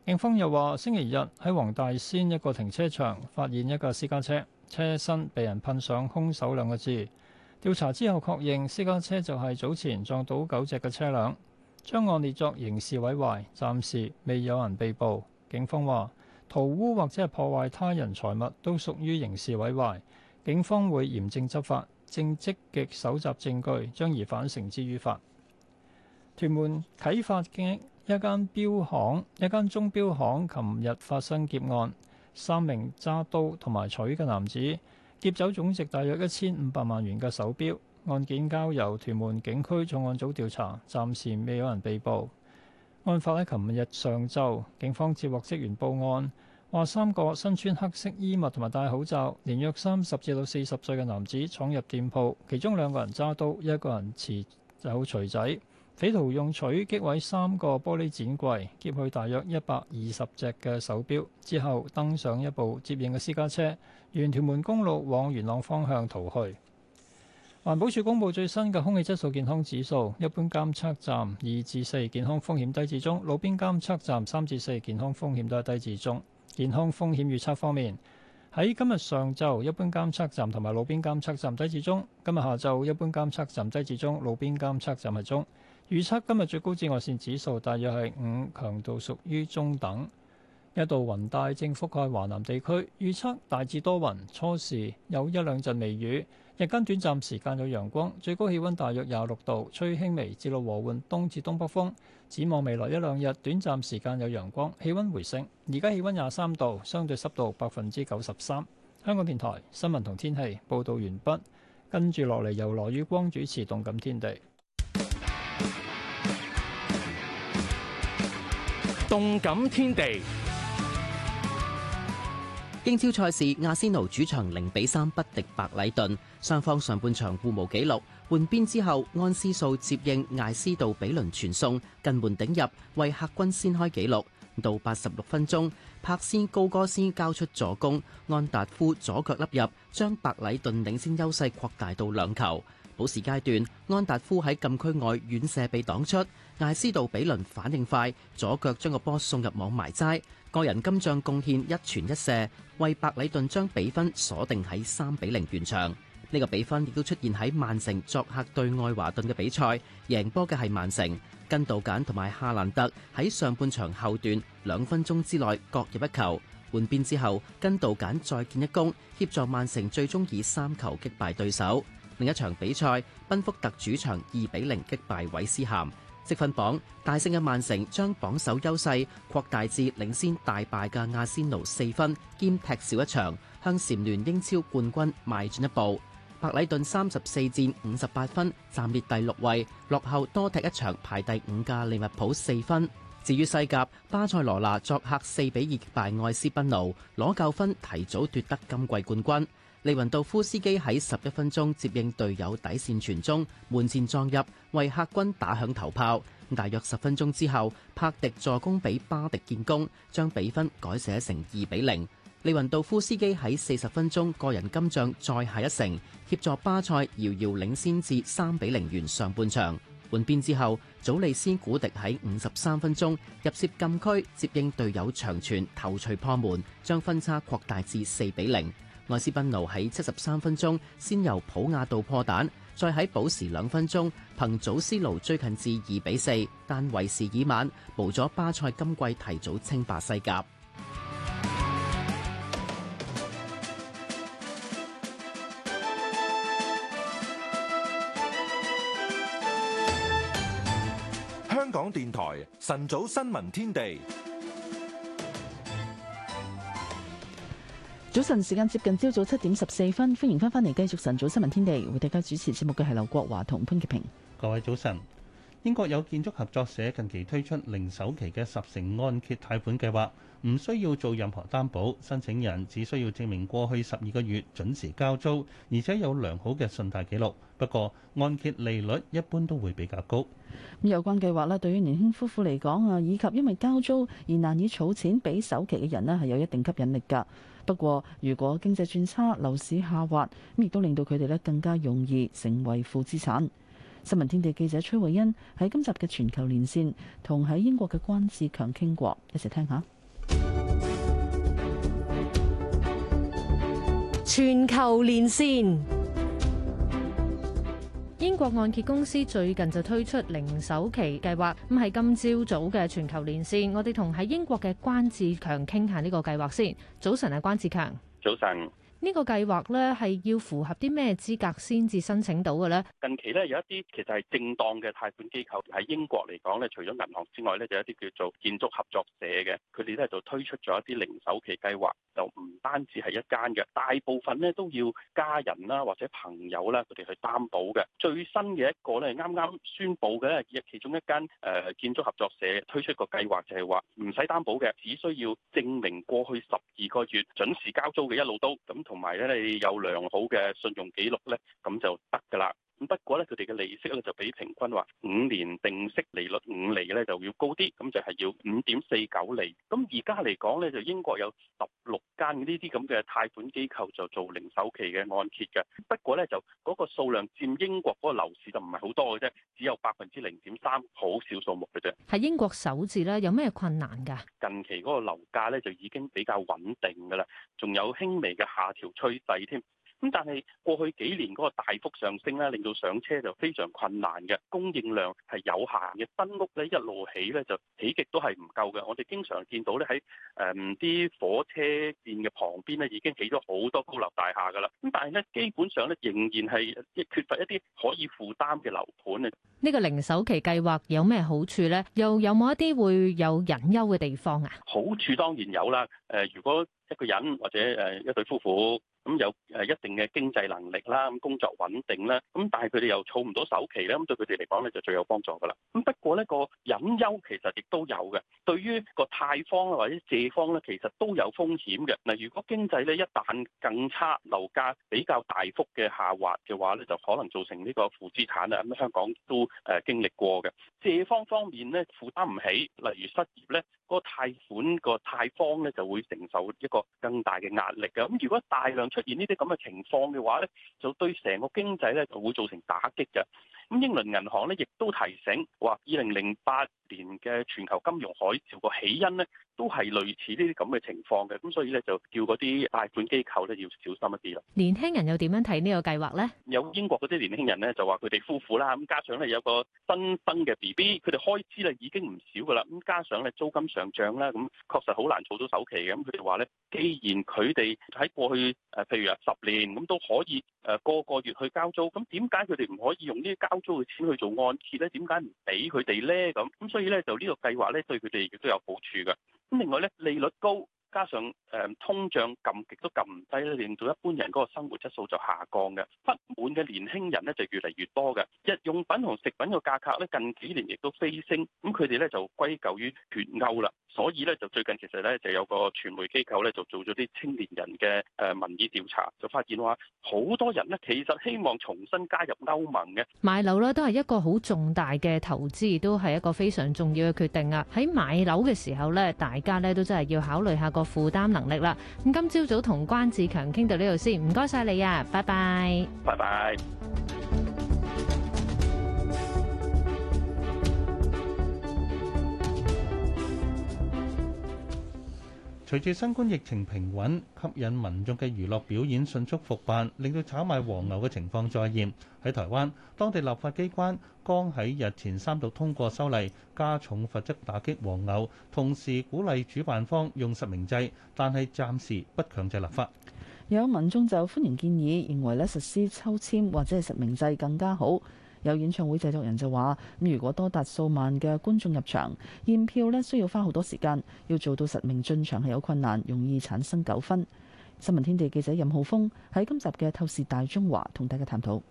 警方又話，星期日喺黃大仙一個停車場發現一架私家車，車身被人噴上兇手兩個字。調查之後確認私家車就係早前撞到狗隻嘅車輛，將案列作刑事毀壞，暫時未有人被捕。警方話，塗污或者係破壞他人財物都屬於刑事毀壞，警方會嚴正執法，正積極搜集證據，將疑犯繩之於法。屯門啟發嘅一間鐘錶行琴日發生劫案，3名揸刀同埋錘嘅男子劫走總值大約1500萬元嘅手錶，案件交由屯門警區重案組調查，暫時未有人被捕。案發喺琴日上晝，警方接獲職員報案，話3個身穿黑色衣物同埋戴口罩，年約30至到40歲嘅男子闖入店鋪，其中2個人揸刀，一個人持有錘仔。匪徒用錘擊毀3個玻璃展櫃，劫去大約120隻嘅手錶，之後登上一部接應嘅私家車，沿屯門公路往元朗方向逃去。環保署公布最新嘅空氣質素健康指數，一般監測站2至4，健康風險低至中；路邊監測站3至4，健康風險都係低至中。健康風險預測方面，喺今日上晝，一般監測站同埋路邊監測站低至中；今日下晝，一般監測站低至中，路邊監測站係中。預測今日最高紫外線指數大約係5，強度屬於中等。一道雲帶正覆蓋華南地區，預測大致多雲，初時有1-2陣微雨，日間短暫時間有陽光，最高氣溫大約26度，吹輕微至到和緩東至東北風。展望未來1-2日，短暫時間有陽光，氣溫回升。而家氣溫23度，相對濕度93%。香港電台新聞同天氣報導完畢，跟住落嚟由羅宇光主持《動感天地》。 動感天地， 英超賽事，阿仙奴主場0-3不敵白禮頓，雙方上半場互無紀錄。換邊之後，安斯素接應艾斯道比倫傳送，近門頂入，為客軍先開紀錄。到86分鐘，柏斯高哥斯交出助攻，安達夫左腳粒入，將白禮頓領先優勢擴大到2球。補時階段，安達夫喺禁區外遠射被擋出，艾斯道比倫反應快，左腳將個波送入網埋齋，個人金像貢獻一傳一射，為白禮頓將比分鎖定喺3-0完場。呢個比分亦都出現喺曼城作客對愛華頓嘅比賽，贏波嘅係曼城。根道簡同埋夏蘭特喺上半場後段2分鐘之內各入一球。換邊之後，根道簡再建一功，協助曼城最終以3球擊敗對手。另一場比賽，賓福特主場2-0擊敗韋斯咸。積分榜大勝嘅曼城將榜首優勢擴大至領先大敗嘅阿仙奴4分，兼踢少一場，向蟬聯英超冠軍邁進一步。白禮頓34戰58分，暫列第6位，落後多踢一場排第5嘅利物浦4分。至於西甲，巴塞羅那作客4-2擊敗愛斯賓奴，攞夠分提早奪得今季冠軍。利雲道夫斯基喺11分鐘接應隊友底線傳中，門前撞入，為客軍打響頭炮。大約10分鐘之後，柏迪助攻俾巴迪建功，將比分改寫成2-0。利雲道夫斯基喺40分鐘個人金像再下一城，協助巴塞遙遙領先至3-0完上半場。換邊之後，祖利斯古迪喺53分鐘入涉禁區，接應隊友長傳頭槌破門，將分差擴大至4-0。愛斯賓奴喺73分鐘先由普亞道破蛋，再喺補時2分鐘憑祖斯奴追近至2-4，但為時已晚，無咗巴塞今季提早稱霸西甲。 香港電台晨早新聞天地。 早晨時間接近朝早7:14，歡迎翻嚟繼續晨早新聞天地，為大家主持節目嘅係劉國華同潘潔平。 各位早晨。英國有建築合作社近期推出零首期嘅10成按揭貸款計劃，唔需要做任何擔保，申請人只需要證明過去12個月準時交租，而且有良好嘅信貸記錄。不過按揭利率一般都會比較高。 咁有關計劃咧，對於年輕夫婦嚟講以及因為交租而難以儲錢俾首期嘅人咧，係有一定吸引力㗎。不過如果經濟轉差、樓市下滑，咁亦都令到佢哋咧更加容易成為負資產。新聞天地記者崔慧欣喺今集嘅全球連線同喺英國嘅關志強傾過，一齊聽下。 全球連線。英國按揭公司最近就推出零首期計劃，咁係今朝早嘅全球連線，我哋同喺英國嘅關志強傾下呢個計劃先。早晨啊，關志強。 早晨。 呢個計劃咧係要符合啲咩資格先至申請到嘅咧？ 近期咧有一啲其實係正當嘅貸款機構喺英國嚟講咧，除咗銀行之外咧，就有一啲叫做建築合作社嘅，佢哋咧就推出咗一啲零首期計劃，就唔單止係一間嘅，大部分咧都要家人啦或者朋友啦佢哋去擔保嘅。最新嘅一個咧啱啱宣布嘅咧，其中一間建築合作社推出個計劃就係話唔使擔保嘅，只需要證明過去12個月準時交租嘅一路都咁。同埋咧，你有良好嘅信用記錄咧，咁就得㗎啦。咁不過咧，佢哋嘅利息咧就比平均話5年定息利率5厘咧就要高啲，咁就係要5.49厘。咁而家嚟講咧，就英國有16間呢啲咁嘅貸款機構就做零首期嘅按揭嘅。不過咧，就嗰個數量佔英國嗰個樓市就唔係好多嘅啫，只有0.3%，好少數目嘅啫。 喺英國首置咧，有咩困難㗎？ 近期嗰個樓價咧就已經比較穩定㗎啦，仲有輕微嘅下調趨勢添。咁但係過去幾年嗰個大幅上升咧，令到上車就非常困難嘅，供應量係有限嘅，新屋咧一路起咧就起極都係唔夠嘅。我哋經常見到咧喺啲火車線嘅旁邊咧已經起咗好多高樓大廈㗎啦。咁但係咧基本上咧仍然係缺乏一啲可以負擔嘅樓盤啊。 呢個零首期計劃有咩好處咧？又有冇一啲會有隱憂嘅地方啊？ 好處當然有啦。如果一個人或者一對夫婦咁有一定嘅經濟能力啦，咁工作穩定啦，咁但係佢哋又儲唔到首期咧，咁對佢哋嚟講咧就最有幫助㗎啦。咁不過呢個隱憂其實亦都有嘅，對於個貸方或者借方咧，其實都有風險嘅。嗱，如果經濟咧一旦更差，樓價比較大幅嘅下滑嘅話咧，就可能造成呢個負資產啊。咁香港都經歷過嘅。借方方面咧負擔唔起，例如失業咧，嗰個貸款個貸方咧就會承受一個更大嘅壓力嘅。咁如果大量出現呢啲咁嘅情況嘅話咧，就對成個經濟咧就會造成打擊嘅。咁英倫銀行咧亦都提醒話，2008年嘅全球金融海嘯個起因咧，都係類似呢啲咁嘅情況嘅。咁所以咧就叫嗰啲貸款機構咧要小心一啲啦。 年輕人又點樣睇呢個計劃咧？ 有英國嗰啲年輕人咧就話佢哋夫婦啦，咁加上咧有個新生嘅 BB，佢哋開支咧已經唔少噶啦。咁加上咧租金上漲啦，咁確實好難儲到首期嘅。咁佢哋話咧，既然佢哋喺過去譬如10年咁都可以個月去交租，咁點解佢哋唔可以用呢啲交租嘅錢去做按揭咧？點解唔俾佢哋咧？咁所以咧就呢個計劃咧對佢哋亦都有好處嘅。咁另外咧利率高，加上通脹撳極都撳唔低咧，令到一般人嗰個生活質素就下降嘅。不滿嘅年輕人咧就越嚟越多嘅。日用品同食品嘅價格咧近幾年亦都飛升，咁佢哋咧就歸咎於脫歐啦。所以咧就最近其實咧就有個傳媒機構咧就做咗啲青年人嘅民意調查，就發現話好多人咧其實希望重新加入歐盟嘅。 買樓咧都係一個好重大嘅投資，亦都係一個非常重要嘅決定啊！喺買樓嘅時候咧，大家咧都真係要考慮下個負擔能力啦。咁今朝早同關志強傾到呢度先，唔該晒你啊，拜拜。 拜拜。 隨住新冠疫情平穩，吸引民眾嘅娛樂表演迅速復辦，令到炒賣黃牛嘅情況再現。喺台灣，當地立法機關剛喺日前3讀通過修例，加重罰則打擊黃牛，同時鼓勵主辦方用實名制，但係暫時不強制立法。 有民眾就歡迎建議，認為實施抽籤或者係實名制更加好。有演唱會製作人就話：如果多達數萬嘅觀眾入場，驗票需要花好多時間，要做到實名進場係有困難，容易產生糾紛。新聞天地記者任浩峰喺今集嘅透視大中華同大家探討。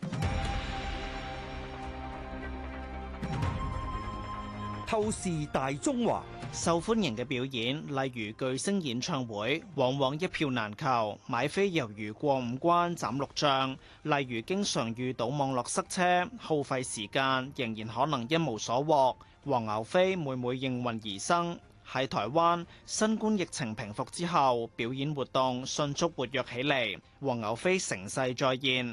透視大中華，受歡迎嘅表演，例如巨星演唱會，往往一票難求，買飛猶如過5關斬6將。例如經常遇到網絡塞車，耗費時間，仍然可能一無所獲。黃牛飛每每應運而生。喺台灣，新冠疫情平復之後，表演活動迅速活躍起嚟，黃牛飛成勢再現。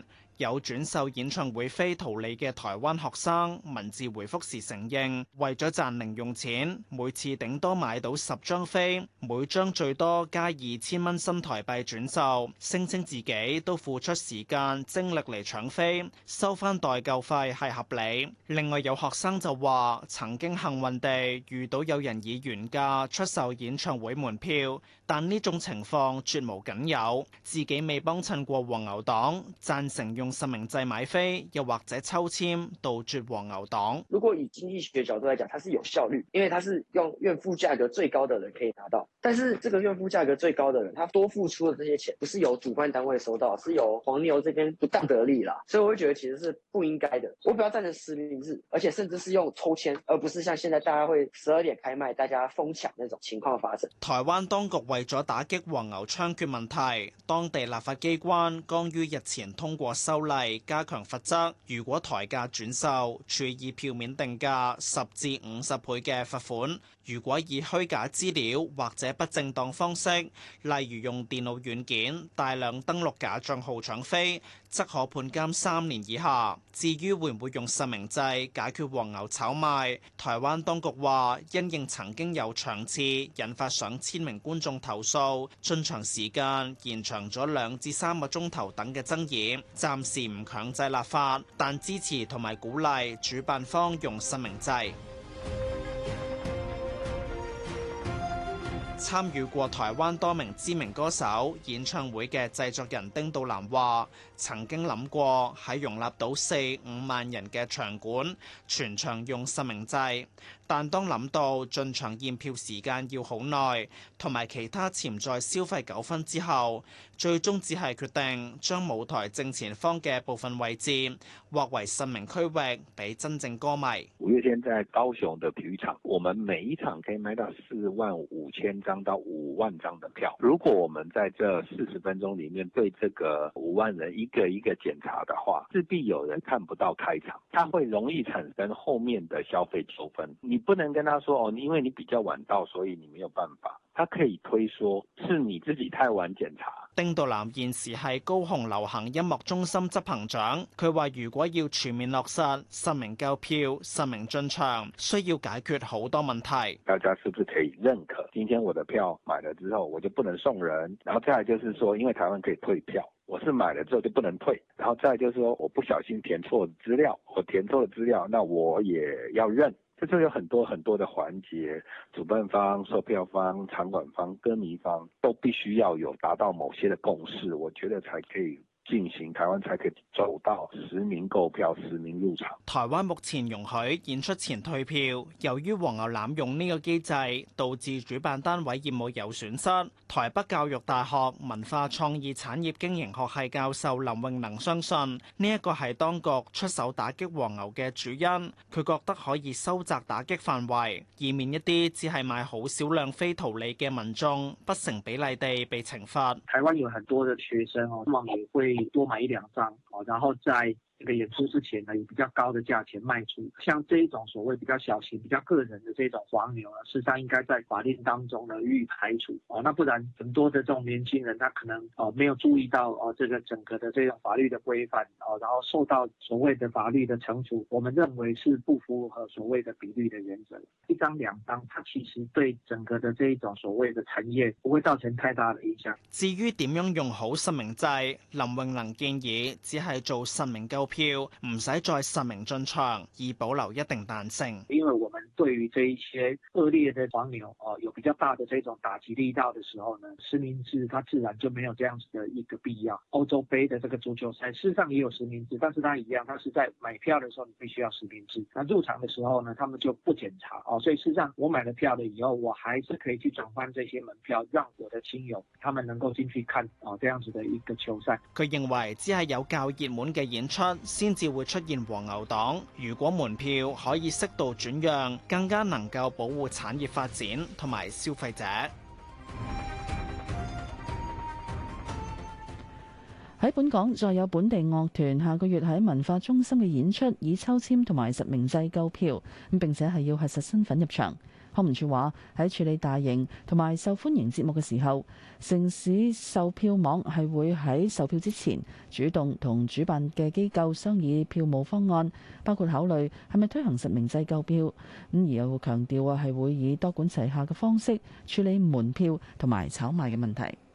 有轉售演唱會飛圖利嘅台灣學生文字回覆時承認，為咗賺零用錢，每次頂多買到10張飛，每張最多加2000蚊新台幣轉售，聲稱自己都付出時間精力嚟搶飛，收翻代購費係合理。另外有學生就話，曾經幸運地遇到有人以原價出售演唱會門票，但呢種情況絕無僅有，自己未幫襯過黃牛黨，贊成用實名制買飛，又或者抽籤杜絕黃牛黨。 如果以經濟學角度來講，它是有效率，因為它是用願付價格最高的人可以拿到，但是這個願付價格最高的人，他多付出的這些錢，不是由主辦單位收到，是由黃牛這邊不當得利啦，所以我會覺得其實是不應該的。我比較贊成實名制，而且甚至是用抽籤，而不是像現在大家會12點開賣，大家瘋搶那種情況發生。 台灣當局為咗打擊黃牛猖獗問題，當地立法機關剛於日前通過修例，加強罰則。如果抬價轉售，處以票面定價10至50倍嘅罰款。如果以虛假資料或者不正當方式，例如用電腦軟件大量登錄假帳號搶飛，則可判監3年以下。至於會唔會用實名制解決黃牛炒賣，台灣當局話，因應曾經有場次引發上千名觀眾投訴，進場時間延長咗2至3個鐘頭等嘅爭議，暫時唔強制立法，但支持同埋鼓勵主辦方用實名制。參與過台灣多名知名歌手演唱會嘅製作人丁道南話，曾經諗過喺容納到4-5萬人嘅場館，全場用實名制。但當諗到進場驗票時間要好耐，同埋其他潛在消費糾紛之後，最終只係決定將舞台正前方嘅部分位置劃為實名區域，俾真正歌迷。 五月天在高雄的體育場，我們每一場可以賣到45000張到5萬張的票。如果我們在這40分鐘裡面對這個5萬人一個一個檢查的話，勢必有人看不到開場，它會容易產生後面的消費糾紛。你不能跟他說哦，因為你比較晚到，所以你沒有辦法。他可以推說是你自己太晚檢查。 丁道南現時係高雄流行音樂中心執行長，佢話如果要全面落實實名購票、實名進場，需要解決好多問題。 大家是不是可以認可？今天我的票買了之後，我就不能送人。然後再來就是說，因為台灣可以退票，我是買了之後就不能退。然後再來就是說，我不小心填錯資料，我填錯了資料，那我也要認。這就有很多很多的環節，主辦方、售票方、場館方、歌迷方都必須要有達到某些的共識，我覺得才可以進行，台灣才可以走到實名購票、實名入場。 台灣目前容許演出前退票，由於黃牛濫用呢個機制，導致主辦單位業務有損失。台北教育大學文化創意產業經營學系教授林永能相信，呢一個係當局出手打擊黃牛嘅主因。佢覺得可以收窄打擊範圍，以免一啲只係買好少量非圖利嘅民眾不成比例地被懲罰。 台灣有很多的學生往往也會多買1-2張，然後在這個演出之前呢，以比較高的價錢賣出。像這一種所謂比較小型、比較個人的這種黃牛呢，事實上應該在法令當中呢予以排除。那不然很多的這種年輕人，他可能沒有注意到這個整個的這種法律的規範，然後受到所謂的法律的懲處。我們認為是不符合所謂的比例的原則。1張2張，它其實對整個的這一種所謂的產業不會造成太大的影響。 至於點樣用好實名制，林永能建議只係做實名購票，唔使再實名進場，以保留一定彈性。 因為我們對於這一些惡劣的黃牛有比較大的這種打擊力道的時候呢，實名制它自然就沒有這樣子的一個必要。歐洲盃的這個足球賽事實上也有實名制，但是它一樣，它是在買票的時候你必須要實名制。那入場的時候呢，他們就不檢查所以事實上我買了票了以後，我還是可以去轉換這些門票，讓我的親友他們能夠進去看這樣子的一個球賽。 佢認為只係有較熱門嘅演出先至會出現黃牛黨，如果門票可以適度轉讓，更加能夠保護產業發展同埋消費者。 喺本港，再有本地樂團下個月喺文化中心嘅演出，以抽籤同埋實名制購票，咁並且係要核實身份入場。 康文署話喺處理大型同埋受歡迎節目嘅時候，城市售票網係會喺售票之前主動同主辦嘅機構商議票務方案，包括考慮係咪推行實名制購票。咁而又強調係會以多管齊下嘅方式處理門票同埋炒賣嘅問題。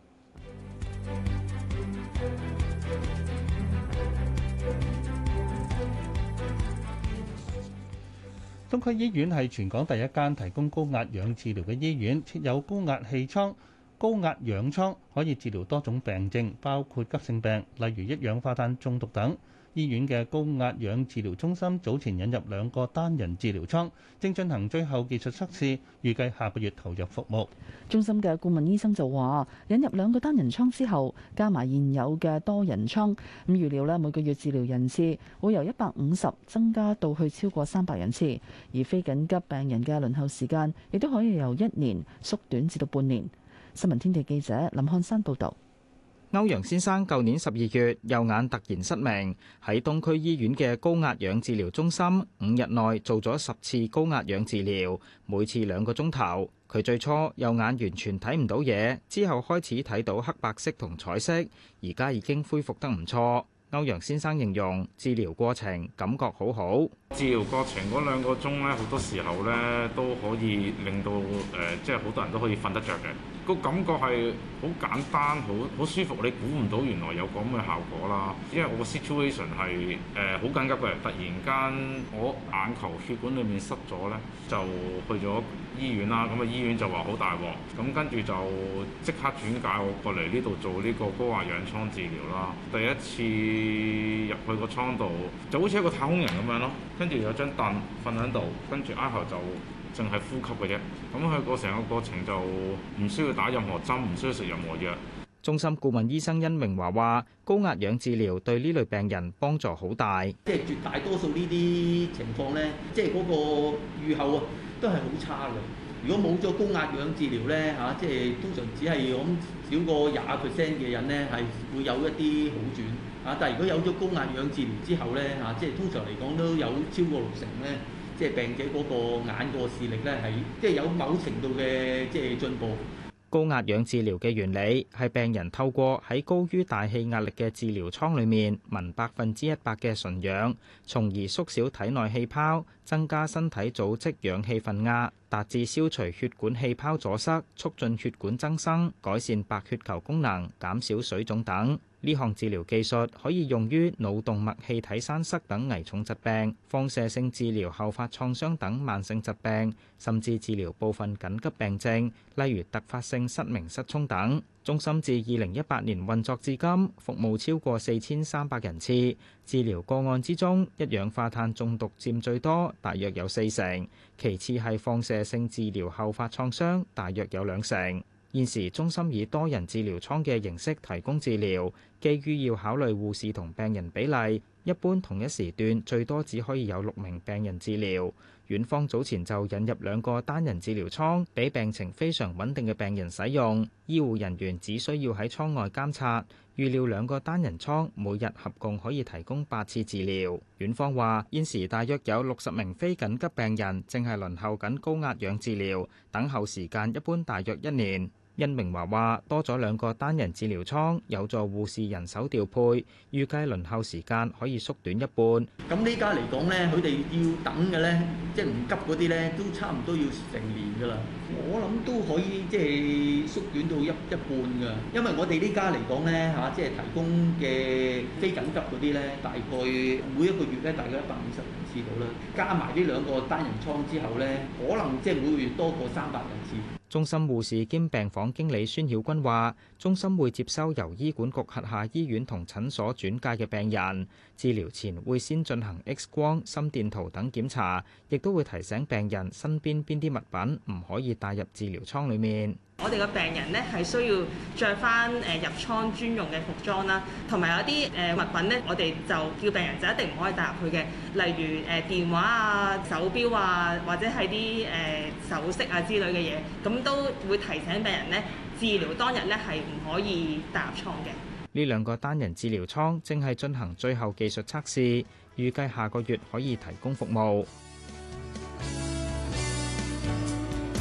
東區醫院係全港第一間提供高壓氧治療嘅醫院，設有高壓氣艙、高壓氧艙，可以治療多種病症，包括急性病，例如一氧化碳中毒等。醫院嘅高壓氧治療中心早前引入2個單人治療艙，正進行最後技術測試，預計下個月投入服務。 中心嘅顧問醫生就話，引入2個單人艙之後，加埋現有嘅多人艙，咁預料咧每個月治療人次會由150增加到去超過300人次，而非緊急病人嘅輪候時間亦都可以由1年縮短至到半年。新聞天地記者林漢山報導。 歐陽先生舊年12月右眼突然失明，喺東區醫院嘅高壓氧治療中心5日內做咗10次高壓氧治療，每次2個鐘頭。佢最初右眼完全睇唔到嘢，之後開始睇到黑白色同彩色，而家已經恢復得唔錯。歐陽先生形容治療過程感覺好好。 治療過程嗰2個鐘咧，好多時候咧都可以令到即係好多人都可以瞓得着嘅。個感覺係好簡單，好舒服。你估唔到原來有咁嘅效果啦。因為我個 situation 係好緊急嘅，突然間我眼球血管裡面塞咗咧，就去咗醫院啦。咁啊醫院就話好大鑊，咁跟住就即刻轉介我過嚟呢度做呢個高壓氧艙治療啦。第一次入去個艙度就好似一個太空人咁樣咯，跟住有張凳瞓喺度，跟住挨後就淨係呼吸嘅啫。咁佢個成個過程就唔需要打任何針，唔需要食任何藥。 中心顧問醫生殷明華話：高壓氧治療對呢類病人幫助好大。 即係絕大多數呢啲情況咧，即係嗰個預後啊，都係好差嘅。如果冇咗高壓氧治療咧嚇，即係通常只係咁少過20% 嘅人咧係會有一啲好轉嚇，但係如果有咗高壓氧治療之後咧嚇，即係通常嚟講都有超過60%咧，即係病者嗰個眼個視力咧係即係有某程度嘅即係進步。 高壓氧治療嘅原理係病人透過喺高於大氣壓力嘅治療艙裡面聞100%嘅純氧，從而縮小體內氣泡，增加身體組織氧氣分壓，達至消除血管氣泡阻塞，促進血管增生，改善白血球功能，減少水腫等。呢項治療技術可以用於腦動脈氣體栓塞等危重疾病、放射性治療後發創傷等慢性疾病，甚至治療部分緊急病症，例如突發性失明失聰等。中心自2018年運作至今，服務超過4300人次。治療個案之中，一氧化碳中毒佔最多，大約有40%，其次係放射性治療後發創傷，大約有20%。現時中心以多人治療艙嘅形式提供治療，基於要考慮護士同病人比例，一般同一時段最多只可以有6名病人治療。院方早前就引入2個單人治療艙，俾病情非常穩定嘅病人使用，醫護人員只需要喺艙外監察。預料2個單人艙每日合共可以提供8次治療。院方話現時大約有60名非緊急病人正係輪候緊高壓氧治療，等候時間一般大約1年。殷明華話：多咗2個單人治療艙，有助護士人手調配，預計輪候時間可以縮短一半。 咁呢家嚟講咧，佢哋要等嘅咧，即係唔急嗰啲咧，都差唔多要成年㗎啦。我諗都可以即係縮短到一半㗎，因為我哋呢家嚟講咧嚇，即係提供嘅非緊急嗰啲咧，大概每一個月咧大概150人次到啦，加埋呢2個單人艙之後咧，可能即係每個月多過300人次。 中心護士兼病房經理孫曉君話：中心會接收由醫管局轄下醫院同診所轉介嘅病人，治療前會先進行 X 光、心電圖等檢查，亦都會提醒病人身邊邊啲物品唔可以帶入治療艙裡面。 我哋嘅病人咧係需要着翻入艙專用嘅服裝啦，同埋有啲物品咧，我哋就叫病人就一定唔可以帶入去嘅，例如電話啊、手錶啊，或者係啲首飾啊之類嘅嘢，咁都會提醒病人咧，治療當日咧係唔可以帶入艙嘅。 呢2個單人治療艙正係進行最後技術測試，預計下個月可以提供服務。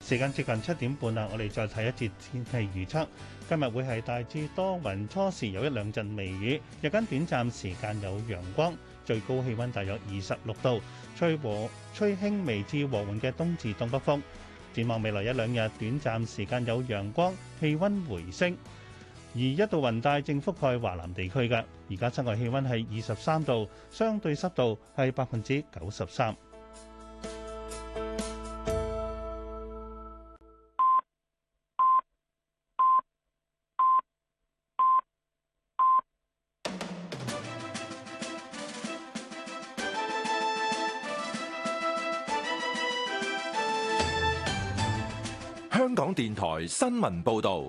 時間接近7點半啦，我哋再睇一節天氣預測。今日會係大致多雲，初時有一兩陣微雨，日間短暫時間有陽光，最高氣温大約26度，吹輕微至和緩嘅東至東北風。展望未來一兩日，短暫時間有陽光，氣温回升。而一道雲帶正覆蓋華南地區嘅，而家室外氣温係23度，相對濕度係93%。 香港電台新聞報導。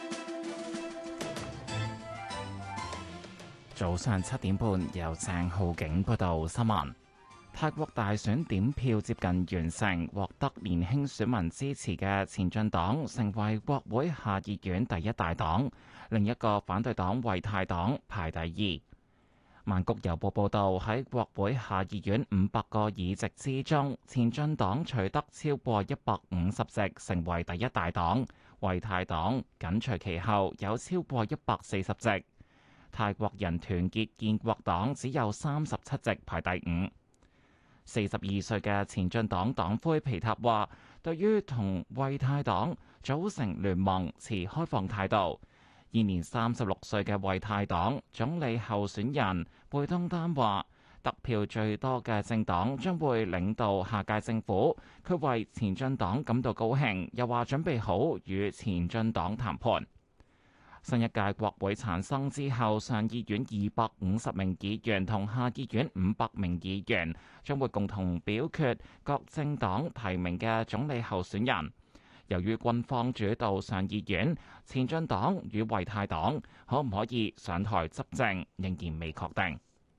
早上7點半，由鄭浩景報道新聞。泰國大選點票接近完成，獲得年輕選民支持嘅前進黨成為國會下議院第一大黨，另一個反對黨為泰黨排第二。曼谷郵報報導，喺國會下議院500個議席之中，前進黨取得超過150席，成為第一大黨，為泰黨緊隨其後，有超過140席。泰國人團結建國黨只有37席，排第5。42歲嘅前進黨黨魁皮塔話，對於同為泰黨組成聯盟持開放態度。現年36歲嘅為泰黨總理候選人貝東丹話，得票最多嘅政黨將會領導下屆政府。佢為前進黨感到高興，又話準備好與前進黨談判。新一屆國會產生之後，上議院250名議員同下議院500名議員將會共同表決各政黨提名嘅總理候選人。由於軍方主導上議院，前進黨與為泰黨可唔可以上台執政，仍然未確定。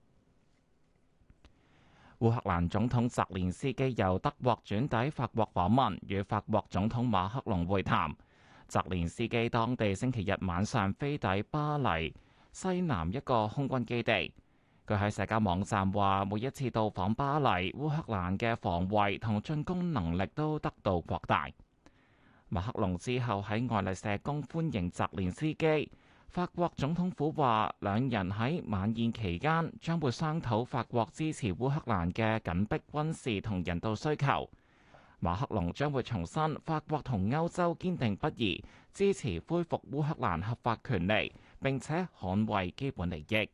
烏克蘭總統澤連斯基由德國轉抵法國訪問，與法國總統馬克龍會談。澤連斯基當地星期日晚上飛抵巴黎西南一個空軍基地。佢喺社交網站話，每一次到訪巴黎，烏克蘭嘅防衛同進攻能力都得到擴大。馬克龍之後喺愛麗舍宮歡迎澤連斯基。法國總統府話，兩人喺晚宴期間將會商討法國支持烏克蘭嘅緊迫軍事同人道需求。馬克龍將會重申法國同歐洲堅定不移支持恢復烏克蘭合法權利，並且捍衛基本利益。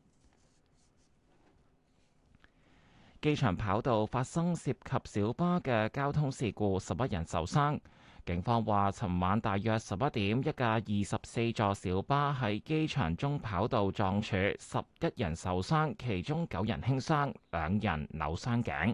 機場跑道發生涉及小巴嘅交通事故，11人受傷。警方話，尋晚大約11點，一架24座小巴喺機場中跑道撞柱，11人受傷，其中9人輕傷，2人扭傷頸。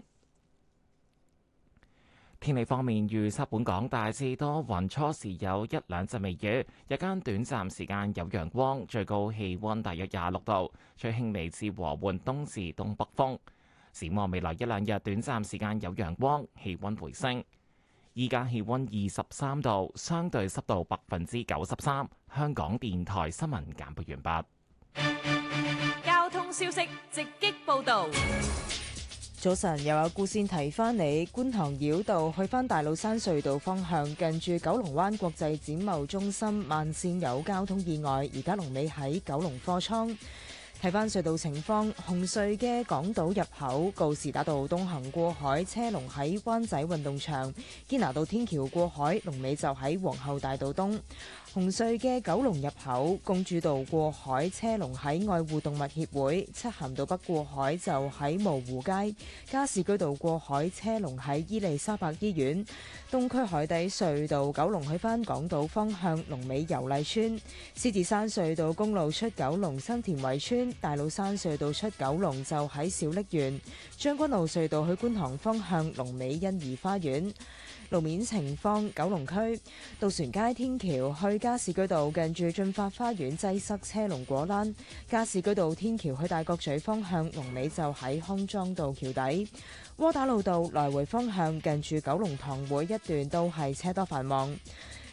天氣方面，預測本港大致多雲，初時有一兩陣微雨，日間短暫時間有陽光，最高氣溫大約26度，吹輕微至和緩東至東北風。展望未來一兩日，短暫時間有陽光，氣溫回升。依家氣溫23度，相對濕度93%。香港電台新聞簡報完畢。交通消息直擊報導。 早晨，又有顧線提翻你，觀塘繞道去返大老山隧道方向，近住九龍灣國際展貿中心慢線有交通意外，而家龍尾喺九龍貨倉。睇返隧道情況，紅隧嘅港島入口告士打道東行過海車龍喺灣仔運動場，堅拿道天橋過海龍尾就喺皇后大道東。紅隧嘅九龍入口公主道過海車龍喺愛護動物協會，漆咸道北過海就喺蕪湖街，加士居道過海車龍喺伊利沙伯醫院。東區海底隧道九龍去返港島方向龍尾油麗邨，獅子山隧道公路出九龍新田圍村，大老山隧道出九龍就喺小瀝源，將軍澳隧道去觀塘方向龍尾欣怡花園。路面情況，九龍區渡船街天橋去加士居道近住進發花園擠塞車龍果欄，加士居道天橋去大角咀方向龍尾就喺康莊道橋底，窩打老道來回方向近住九龍塘會一段都係車多繁忙。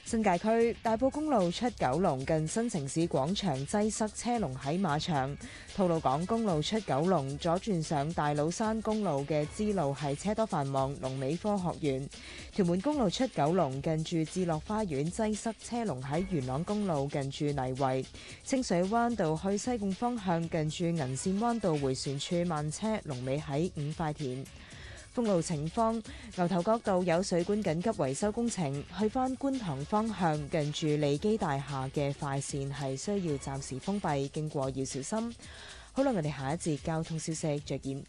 新界區大埔公路出九龍近新城市廣場擠塞車龍喺馬場，吐露港公路出九龍左轉上大老山公路嘅支路係車多繁忙，龍尾科學園。屯門公路出九龍近住智樂花園擠塞車龍喺元朗公路近住泥圍。清水灣道去西貢方向近住銀線灣道迴旋處慢車，龍尾喺五塊田。封路情況，牛頭角道有水管緊急維修工程，去返觀塘方向近住利基大廈嘅快線係需要暫時封閉，經過要小心。好啦，我哋下一節交通消息再見。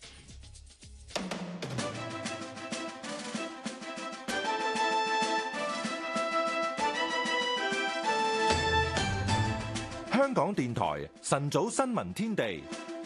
香港電台晨早新聞天地。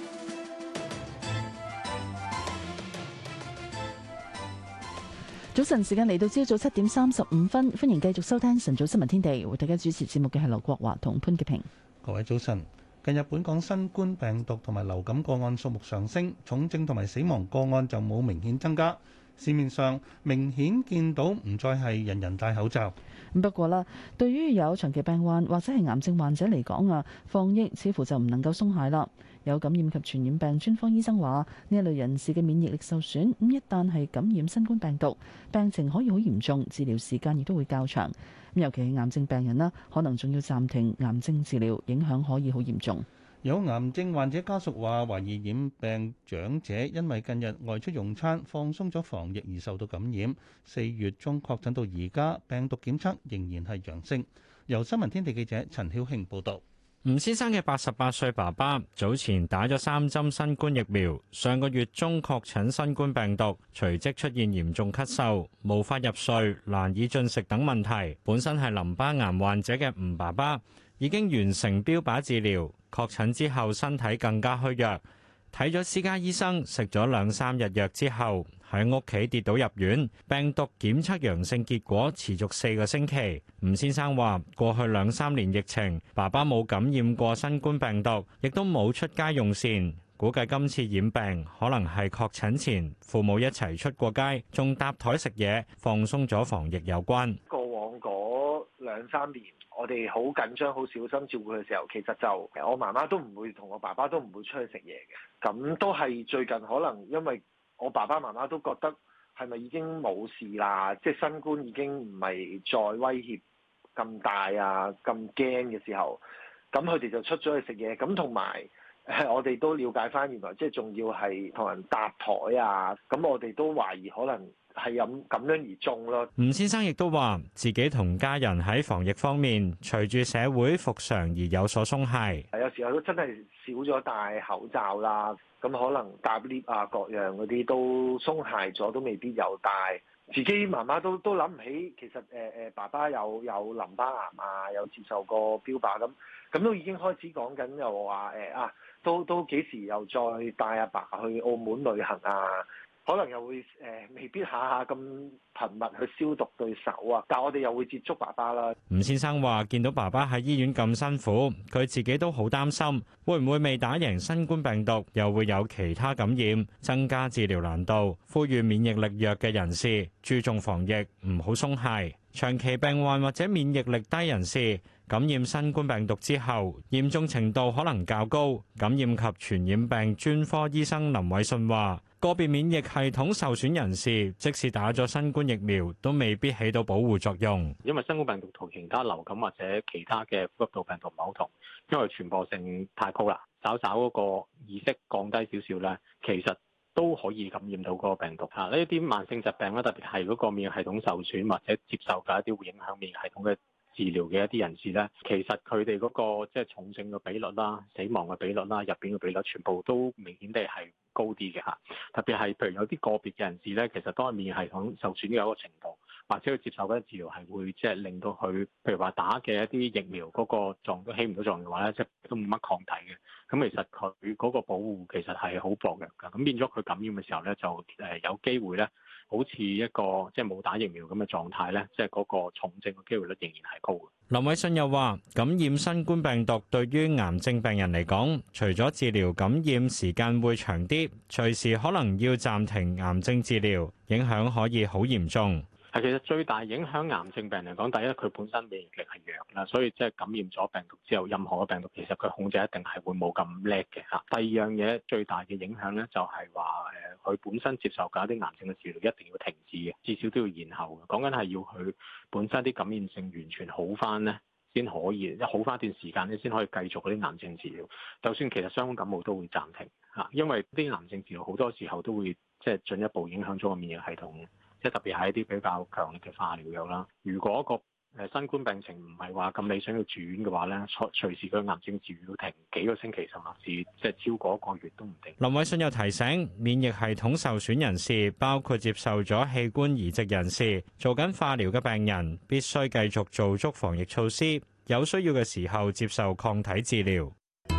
早晨時間嚟到朝早7:35，歡迎繼續收聽晨早新聞天地，為大家主持節目嘅係劉國華同潘潔平。 各位早晨。近日本港新冠病毒同埋流感個案數目上升，重症同埋死亡個案就冇明顯增加。市面上明顯見到唔再係人人戴口罩。 不過啦，對於有長期病患或者係癌症患者嚟講啊，防疫似乎就唔能夠鬆懈啦。有感染及傳染病專科醫生話，呢一類人士嘅免疫力受損，咁一旦係感染新冠病毒，病情可以好嚴重，治療時間亦都會較長。尤其係癌症病人啦，可能仲要暫停癌症治療，影響可以好嚴重。 有癌症患者家屬話，懷疑染病長者因為近日外出用餐放鬆咗防疫而受到感染。4月中確診到而家，病毒檢測仍然係陽性。由新聞天地記者陳曉慶報導。 吳先生嘅88歲爸爸早前打咗3針新冠疫苗，上個月中確診新冠病毒，隨即出現嚴重咳嗽、無法入睡、難以進食等問題。本身係淋巴癌患者嘅吳爸爸已經完成標靶治療，確診之後身體更加虛弱，睇咗私家醫生，食咗2-3日藥之後，喺屋企跌倒入院，病毒檢測陽性結果持續4個星期。吳先生話：過去2-3年疫情，爸爸冇感染過新冠病毒，亦都冇出街用膳。估計今次染病可能係確診前父母一齊出過街，仲搭台食嘢，放鬆咗防疫有關。 過往嗰2-3年，我哋好緊張、好小心照顧佢嘅時候，其實就我媽媽都唔會同我爸爸都唔會出去食嘢嘅。咁都係最近可能因為我爸爸媽媽都覺得係咪已經冇事啦？即係新冠已經唔係再威脅咁大啊、咁驚嘅時候，咁佢哋就出咗去食嘢。咁同埋我哋都了解翻，原來即係仲要係同人搭台啊。咁我哋都懷疑可能係咁樣而中咯。 吳先生亦都話自己同家人喺防疫方面，隨住社會復常而有所鬆懈。 有時候都真係少咗戴口罩啦，咁可能搭 lift 啊各樣嗰啲都鬆懈咗，都未必有戴。自己媽媽都諗唔起，其實爸爸有淋巴癌啊，有接受過標靶咁都已經開始講緊又話都幾時又再帶阿爸去澳門旅行啊？可能又會未必下下咁頻密去消毒對手啊，但我哋又會接觸爸爸啦。 吳先生話：見到爸爸喺醫院咁辛苦，佢自己都好擔心，會唔會未打贏新冠病毒，又會有其他感染，增加治療難度。呼籲免疫力弱嘅人士注重防疫，唔好鬆懈。長期病患或者免疫力低人士感染新冠病毒之後，嚴重程度可能較高。感染及傳染病專科醫生林偉信話：個別免疫系統受損人士，即使打咗新冠疫苗，都未必起到保護作用。 因為新冠病毒同其他流感或者其他嘅呼吸道病毒唔係好同，因為傳播性太高啦，稍嗰個意識降低少少咧，其實都可以感染到嗰個病毒嚇。呢一啲慢性疾病咧，特別係嗰個免疫系統受損或者接受嘅一啲會影響免疫系統嘅治療嘅一啲人士咧，其實佢哋嗰個即係重症嘅比率啦、死亡嘅比率啦、入院嘅比率，全部都明顯地係高啲嘅嚇。特別係譬如有啲個別嘅人士咧，其實當係免疫系統受損嘅一個程度，或者佢接受嗰啲治療係會即係令到佢，譬如話打嘅一啲疫苗嗰個狀都起唔到作用嘅話咧，即係都冇乜抗體嘅。咁其實佢嗰個保護其實係好薄弱嘅。咁變咗佢感染嘅時候咧，就有機會咧，好似一個即係冇打疫苗咁嘅狀態咧，即係嗰個重症嘅機會率仍然係高嘅。 林偉信又話：感染新冠病毒對於癌症病人嚟講，除咗治療感染時間會長啲，隨時可能要暫停癌症治療，影響可以好嚴重。 係其實最大影響癌症病人嚟講，第一佢本身免疫力係弱啦，所以即係感染咗病毒之後，任何嘅病毒其實佢控制一定係會冇咁叻嘅嚇。第二樣嘢最大嘅影響咧，就係話佢本身接受嘅一啲癌症嘅治療一定要停止嘅，至少都要延後嘅。講緊係要佢本身啲感染性完全好翻咧，先可以一好翻一段時間咧，先可以繼續嗰啲癌症治療。就算其實傷風感冒都會暫停嚇，因為啲癌症治療好多時候都會即係進一步影響咗個免疫系統，即係特別係一啲比較強力嘅化療藥啦。如果個新冠病情唔係話咁理想要住院嘅話咧，隨時佢癌症治療要停幾個星期，甚至即係超過1個月都唔定。 林偉信又提醒，免疫系統受損人士，包括接受咗器官移植人士、做緊化療嘅病人，必須繼續做足防疫措施，有需要嘅時候接受抗體治療。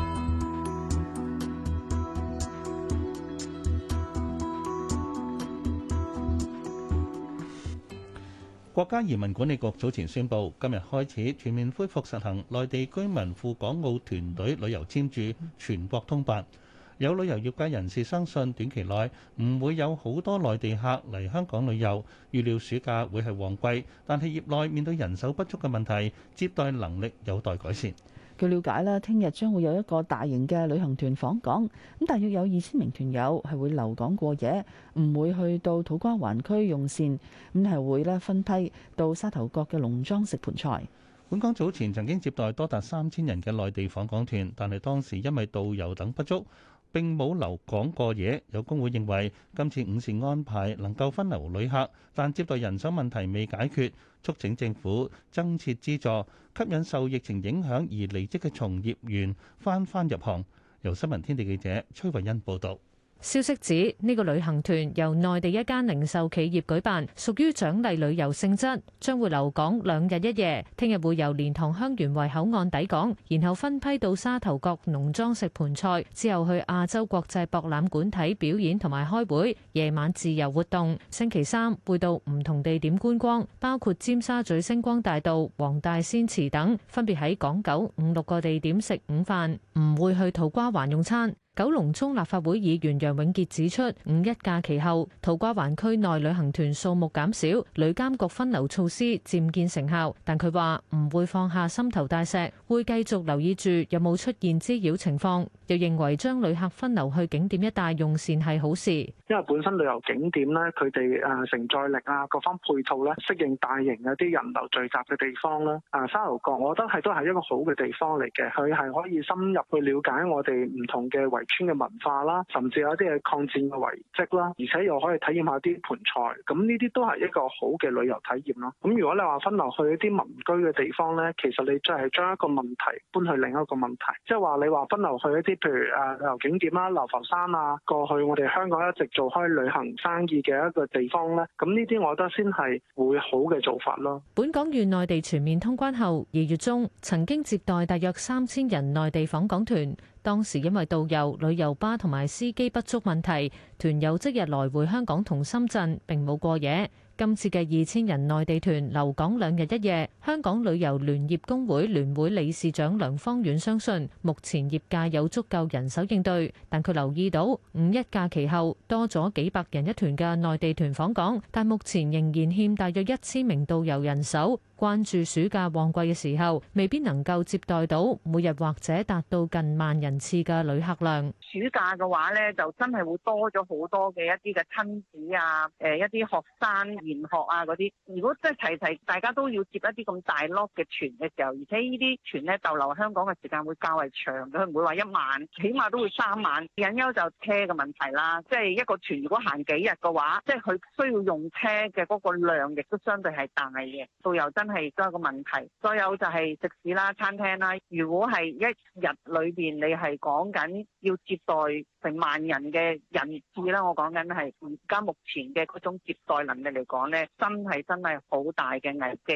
國家移民管理局早前宣布，今日開始全面恢復實行內地居民赴港澳團隊旅遊簽注全國通辦。有旅遊業界人士相信，短期內唔會有好多內地客嚟香港旅遊，預料暑假會係旺季，但係業內面對人手不足嘅問題，接待能力有待改善。 據了解啦，聽日將會有一個大型嘅旅行團訪港，咁大約有2000名團友係會留港過夜，唔會去到土瓜灣區用膳，咁係會分批到沙頭角嘅農莊食盆菜。 本港早前曾經接待多達3000人嘅內地訪港團，但係當時因為導遊等不足，並冇留港過夜。有工會認為今次午膳安排能夠分流旅客，但接待人手問題未解決，促請政府增設資助，吸引受疫情影響而離職嘅從業員翻入行。由新聞天地記者崔慧欣報導。 消息指呢個旅行團由內地一間零售企業舉辦，屬於獎勵旅遊性質，將會留港2日1夜。聽日會由蓮塘香園圍口岸抵港，然後分批到沙頭角農莊食盆菜，之後去亞洲國際博覽館睇表演同埋開會，夜晚自由活動。星期3會到唔同地點觀光，包括尖沙咀星光大道、黃大仙祠等，分別喺港九5、6個地點食午飯，唔會去土瓜灣用餐。九龍涌立法會議員楊永傑指出，5一假期後，土瓜灣區內旅行團數目減少，旅監局分流措施漸見成效。但佢話唔會放下心頭大石，會繼續留意住有冇出現滋擾情況。又認為將旅客分流去景點一帶用膳係好事， 因為本身旅遊景點咧，佢哋承載力啊，各方配套咧，適應大型嘅啲人流聚集嘅地方啦。沙頭角，我覺得都係一個好嘅地方嚟嘅，佢係可以深入去了解我哋唔同嘅圍村嘅文化啦，甚至有一啲嘅抗戰嘅遺跡啦，而且又可以體驗下啲盆菜，咁呢啲都係一個好嘅旅遊體驗咯。咁如果你話分流去一啲民居嘅地方咧，其實你真係將一個問題搬去另一個問題，即係話你話分流去一啲譬如旅遊景點啦、流浮山啊，過去我哋香港一直做開旅行生意嘅一個地方咧，咁呢啲我覺得先係會好嘅做法咯。 本港與內地全面通關後，2月中曾經接待大約3000人內地訪港團。當時因為導遊、旅遊巴同埋司機不足問題，團友即日來回香港同深圳，並冇過夜。今次嘅2000人內地團留港2日1夜，香港旅遊聯業工會聯會理事長梁芳遠相信，目前業界有足夠人手應對，但佢留意到5一假期後多咗幾百人一團嘅內地團訪港，但目前仍然欠大約1000名導遊人手。關注暑假旺季嘅時候，未必能夠接待到每日或者達到近1萬人次嘅旅客量。 暑假嘅話咧，就真係會多咗好多嘅一啲嘅親子啊，一啲學生研學啊嗰啲。如果即係齊大家都要接一啲咁大 lot 嘅團嘅時候，而且呢啲團咧逗留香港嘅時間會較為長嘅，佢唔會話1晚，起碼都會3晚。隱憂就車嘅問題啦，即係一個團如果行幾日嘅話，即係佢需要用車嘅嗰個量亦都相對係大嘅，導遊真係都係個問題。再有就係食肆啦、餐廳啦，如果係一日裏邊你係講緊要接待成1萬人嘅人次啦，我講緊係而家目前嘅嗰種接待能力嚟講咧，真係好大嘅危機嘅。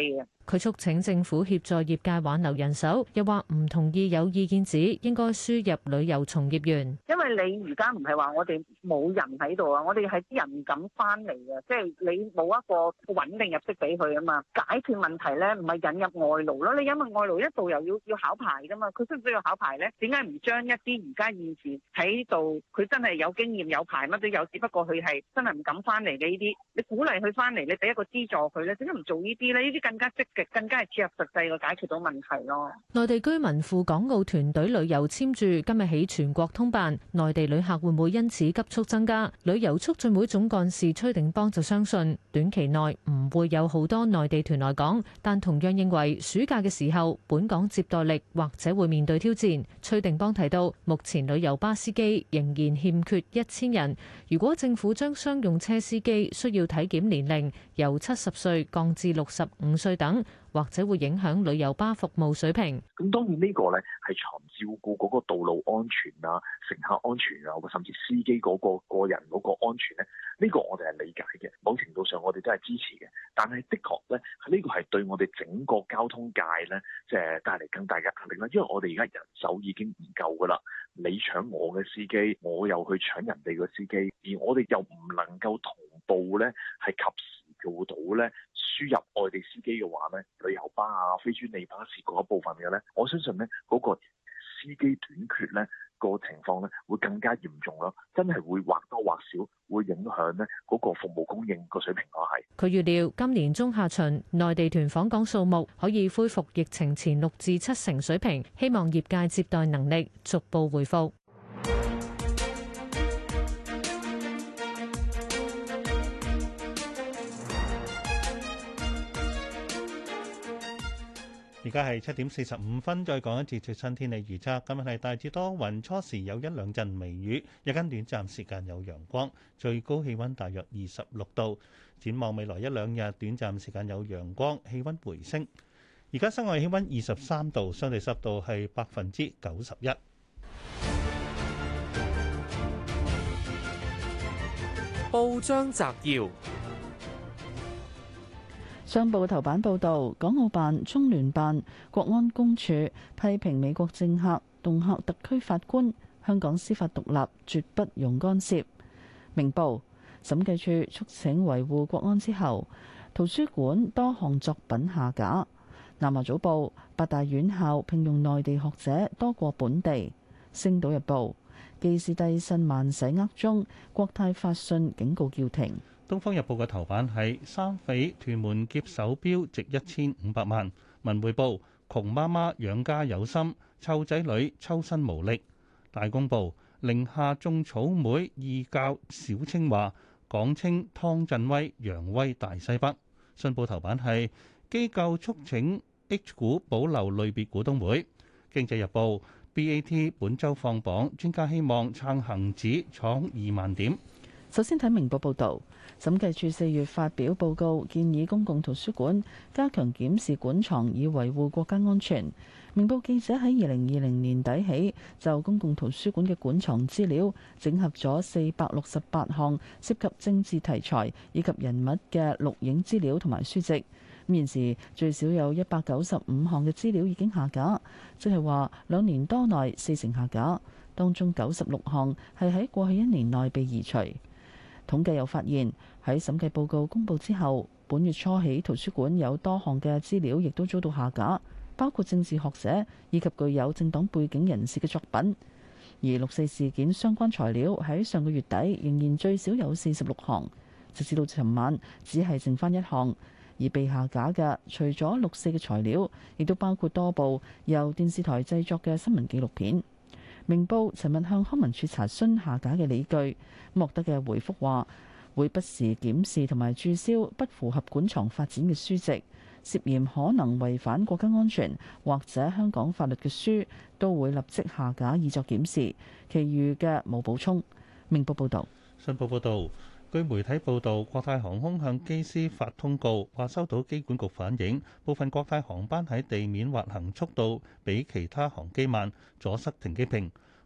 佢促請政府協助業界挽留人手，又話唔同意有意見指應該輸入旅遊從業員。 因為你而家唔係話我哋冇人喺度啊，我哋係啲人唔敢翻嚟嘅，即係你冇一個穩定入息俾佢啊嘛。解決問題咧，唔係引入外勞咯，你引入外勞一度又要考牌噶嘛，佢需唔需要考牌咧？點解唔將一啲而家現時喺度，佢真係有經驗有牌乜都有，只不過佢係真係唔敢翻嚟嘅呢啲，你鼓勵佢翻嚟，你俾一個資助佢咧，點解唔做呢啲咧？呢啲更加積極，更加係切合實際嘅解決到問題咯。 內地居民赴港澳團隊旅遊簽注今日起全國通辦，內地旅客會唔會因此急速增加？旅遊促進會總幹事崔定邦就相信短期內唔會有好多內地團來港，但同樣認為暑假嘅時候本港接待力或者會面對挑戰。崔定邦提到，目前旅遊巴司機仍然欠缺1000人，如果政府將商用車司機需要體檢年齡由70歲降至65歲等，或者會影響旅遊巴服務水平。 咁當然呢個咧係從照顧嗰個道路安全啊、乘客安全啊，或甚至司機嗰個個人嗰個安全咧，呢個我哋係理解嘅，某程度上我哋都係支持嘅。但係的確咧，呢個係對我哋整個交通界咧，即係帶嚟更大嘅壓力啦。因為我哋而家人手已經唔夠噶啦，你搶我嘅司機，我又去搶人哋嘅司機，而我哋又唔能夠同步咧，係及時做到咧輸入外地司機嘅話咧，旅遊巴啊、非專利巴士嗰一部分嘅咧，我相信咧嗰個司機短缺咧個情況咧會更加嚴重咯，真係會或多或少會影響咧嗰個服務供應個水平咯係。 佢預料今年中下旬內地團訪港數目可以恢復疫情前6至7成水平，希望業界接待能力逐步回復。 而家係7點45分，再講一次最新天氣預測。今日係大致多雲，初時有一兩陣微雨，日間短暫時間有陽光，最高氣温大約26度。展望未來一兩日，短暫時間有陽光，氣温回升。而家室外氣温23度，相對濕度係91%。 報章摘要。 商報嘅頭版報導，港澳辦、中聯辦、國安公署批評美國政客恫嚇特區法官，香港司法獨立絕不容干涉。明報審計處促請維護國安之後，圖書館多項作品下架。南華早報8大院校聘用內地學者多過本地。星島日報機師低薪慢駛呃中，國泰發信警告叫停。 《東方日報》嘅頭版係三匪屯門劫手錶值1500萬。文匯報窮媽媽養家有心，湊仔女抽身無力。大公報寧夏種草莓義教小清華，港青湯振威揚威大西北。信報頭版係機構促請 H 股保留類別股東會。經濟日報 BAT 本週放榜，專家希望撐恒指闖2萬點。 首先睇明報報導，審計處4月發表報告，建議公共圖書館加強檢視館藏，以維護國家安全。明報記者喺2020年底起就公共圖書館嘅館藏資料整合咗468項涉及政治題材以及人物嘅錄影資料同埋書籍。現時最少有195項嘅資料已經下架，即係話2年多內4成下架，當中96項係喺過去1年內被移除。統計又發現，喺審計報告公佈之後，本月初起圖書館有多項嘅資料亦都遭到下架，包括政治學者以及具有政黨背景人士嘅作品。而6四事件相關材料喺上個月底仍然最少有46項，直至到尋晚只係剩返1項。而被下架嘅除咗6四嘅材料，亦都包括多部由電視台製作嘅新聞紀錄片。明報尋日向康文署查詢下架嘅理據，獲得嘅回覆話會不時檢視同埋註銷不符合館藏發展嘅書籍，涉嫌可能違反國家安全或者香港法律嘅書都會立即下架以作檢視，其餘嘅冇補充。明報報導。 信報報導，據媒體報導，國泰航空向機師發通告，話收到機管局反映，部分國泰航班喺地面滑行速度比其他航機慢，阻塞停機坪。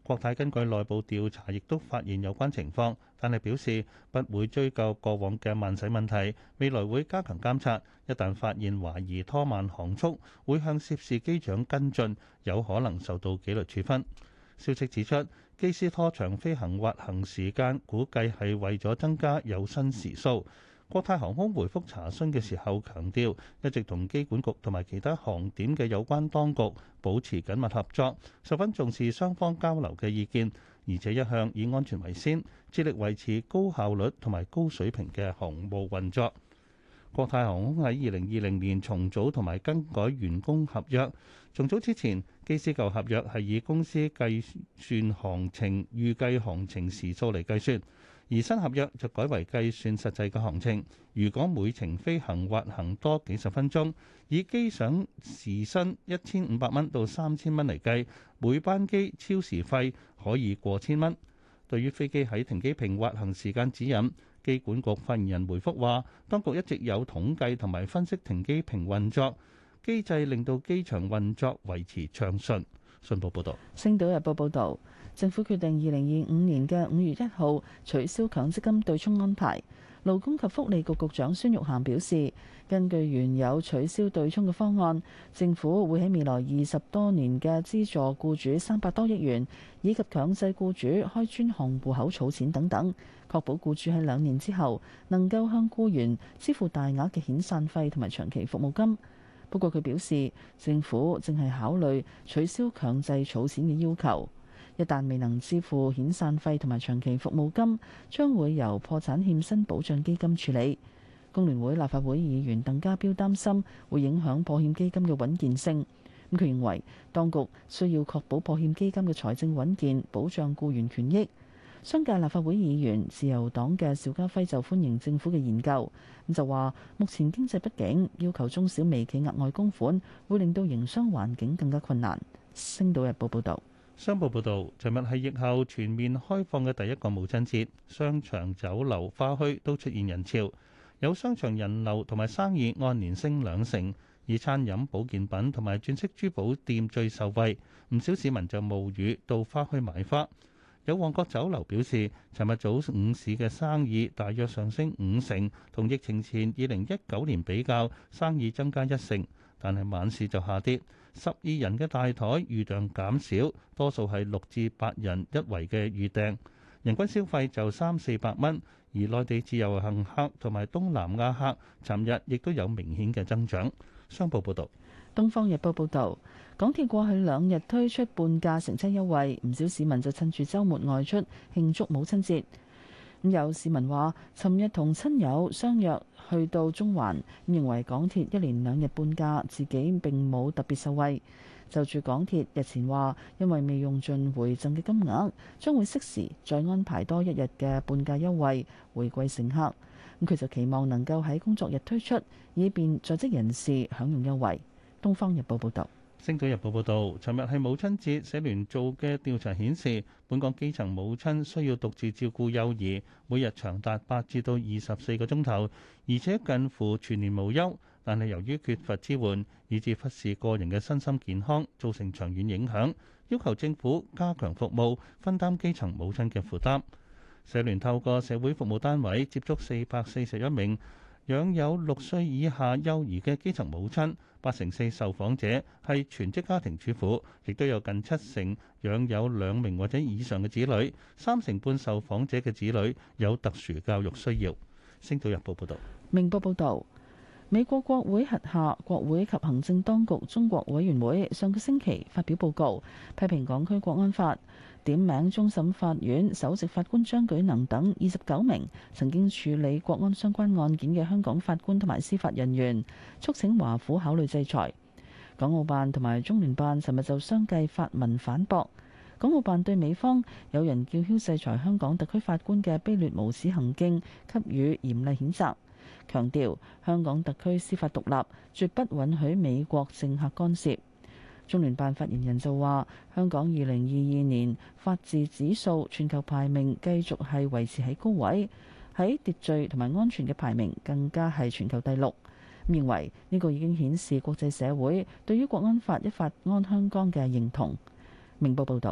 國泰根據內部調查，亦都發現有關情況，但係表示不會追究過往嘅慢駛問題，未來會加強監察，一旦發現懷疑拖慢航速，會向涉事機長跟進，有可能受到紀律處分。消息指出，機師拖長飛行滑行時間，估計係為咗增加有薪時數。國泰航空回覆查詢嘅時候強調，一直同機管局同埋其他航點嘅有關當局保持緊密合作，十分重視雙方交流嘅意見，而且一向以安全為先，致力維持高效率同埋高水平嘅航務運作。國泰航空喺2020年重組同埋更改員工合約。重組之前，機師舊合約係以公司計算航程預計航程時數嚟計算。而新合約就改為計算實際嘅航程，如果每程飛行滑行多幾十分鐘，以機上時薪1500蚊到3000蚊嚟計，每班機超時費可以過千蚊。對於飛機喺停機坪滑行時間指引，機管局發言人回覆話，當局一直有統計同埋分析停機坪運作機制，令到機場運作維持暢順。信報報導， 《星島日報》報導。政府決定2025年嘅5月1號取消強積金對沖安排。勞工及福利局局長孫玉菡表示，根據原有取消對沖嘅方案，政府會喺未來20多年嘅資助僱主300多億元，以及強制僱主開專項戶口儲錢等等，確保僱主喺2年之後能夠向僱員支付大額嘅遣散費同埋長期服務金。不過佢表示，政府正係考慮取消強制儲錢嘅要求。一旦未能支付遣散費同埋長期服務金，將會由破產欠薪保障基金處理。工聯會立法會議員鄧家彪擔心會影響破欠基金嘅穩健性。佢認為當局需要確保破欠基金嘅財政穩健，保障僱員權益。商界立法會議員自由黨嘅邵家輝就歡迎政府嘅研究，就話目前經濟不景，要求中小微企額外供款會令到營商環境更加困難。星島日報報導。 商報報導，尋日係疫後全面開放嘅第一個母親節，商場、酒樓、花墟都出現人潮，有商場人流同埋生意按年升2成，以餐飲、保健品同埋鑽飾珠寶店最受惠，唔少市民就冒雨到花墟買花。有旺角酒樓表示，尋日早午市嘅生意大約上升5成，同疫情前2019年比較，生意增加1成，但係晚市就下跌。12人嘅大台預訂減少，多數係6至8人一圍嘅預訂，人均消費就300-400蚊。而內地自由行客同埋東南亞客，尋日亦都有明顯嘅增長。商報報導， 《東方日報》報導，港鐵過去2日推出半價乘車優惠，唔少市民就趁住週末外出慶祝母親節。有市民話，尋日同親友相約去到中環，認為港鐵1連2日半價，自己並冇特別受惠。就住港鐵日前話，因為未用盡回贈嘅金額，將會適時再安排多1日嘅半價優惠回饋乘客。佢就期望能夠喺工作日推出，以便在職人士享用優惠。《東方日報》報導。 《星島日報》報導，尋日係母親節，社聯做嘅調查顯示，本港基層母親需要獨自照顧幼兒，每日長達8至到24個鐘頭，而且近乎全年無休。但係由於缺乏支援，以致忽視個人嘅身心健康，造成長遠影響。要求政府加強服務，分擔基層母親嘅負擔。社聯透過社會服務單位接觸441名養有6歲以下幼兒嘅基層母親，84%受訪者係全職家庭主婦，亦都有近70%養有2名或者以上嘅子女，3成半受訪者嘅子女有特殊教育需要。星島日報報導。 明報報導，美國國會轄下國會及行政當局中國委員會上個星期發表報告，批評港區國安法，點名終審法院首席法官張舉能等29名曾經處理國安相關案件嘅香港法官同埋司法人員，促請華府考慮制裁。港澳辦同埋中聯辦尋日就相繼發文反駁。港澳辦對美方有人叫囂制裁香港特區法官嘅卑劣無恥行徑給予嚴厲譴責，強調香港特區司法獨立，絕不允許美國政客干涉。中聯辦發言人就話，香港2022年法治指數全球排名繼續係維持喺高位，喺秩序同埋安全嘅排名更加係全球第6。認為呢個已經顯示國際社會對於國安法一法安香港嘅認同。明報報導。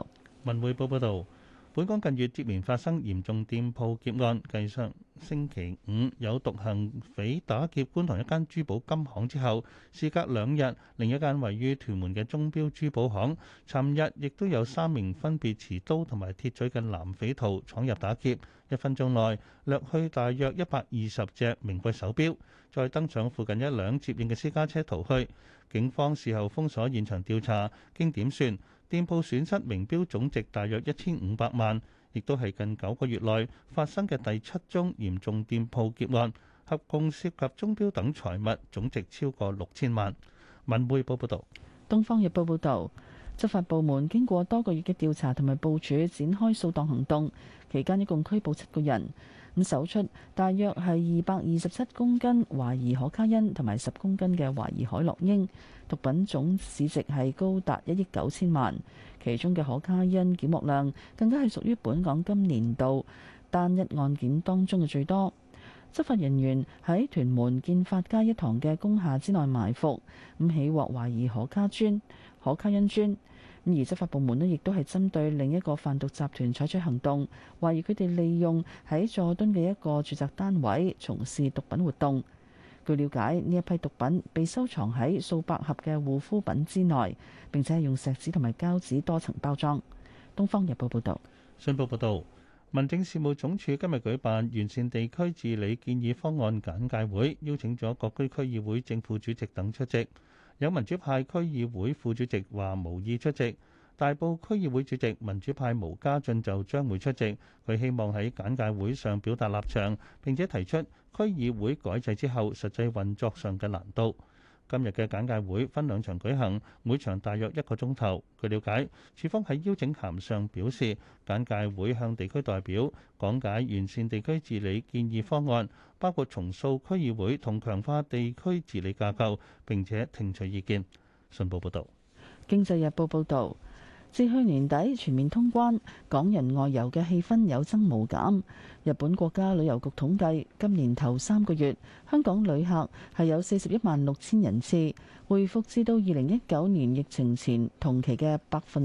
文匯報報導，本港近月接連發生嚴重店鋪劫案，繼上星期五有獨行匪打劫觀塘一間珠寶金行之後，事隔2日，另一間位於屯門嘅鐘錶珠寶行，尋日亦都有3名分別持刀同埋鐵錘嘅男匪徒闖入打劫，1分鐘內掠去大約120隻名貴手錶，再登上附近一輛接應嘅私家車逃去。警方事後封鎖現場調查，經點算，店鋪損失名錶總值大約1500萬，亦都係近9個月內發生嘅第7宗嚴重店鋪劫案，合共涉及鐘錶等財物總值超過6000萬。文匯報報道。 東方日報報道，執法部門經過多個月嘅調查同埋部署，展開掃蕩行動，期間一共拘捕7個人，搜出大約係227公斤懷疑可卡因同埋10公斤嘅懷疑海洛因，毒品總市值係高達1億9千萬，其中嘅可卡因檢獲量更加係屬於本港今年度單一案件當中嘅最多。執法人員喺屯門建發街一堂嘅工廈之內埋伏，起獲懷疑可卡因磚。而執法部門呢亦都係針對另一個販毒集團採取行動，懷疑佢哋利用喺佐敦嘅一個住宅單位從事毒品活動。據了解，呢一批毒品被收藏喺數百盒嘅護膚品之內，並且係用錫紙同埋膠紙多層包裝。《東方日報》報道。 信報報導，民政事務總署今日舉辦完善地區治理建議方案簡介會，邀請咗各區區議會正副主席等出席。有民主派區議會副主席話無意出席，大埔區議會主席民主派毛家俊就將會出席。佢希望喺簡介會上表達立場，並且提出區議會改制之後實際運作上嘅難度。今日嘅簡介會分2場舉行，每場大約1個鐘頭。據了解，署方喺邀請函上表示，簡介會向地區代表講解完善地區治理建議方案，包括重塑區議會同強化地區治理架構，並且聽取意見。信報報導。 經濟日報報導。自去年底全面通關，港人外遊嘅氣氛有增無減。日本國家旅遊局統計，今年頭3個月，香港旅客係有41萬6千人次，回復至到2019年疫情前同期嘅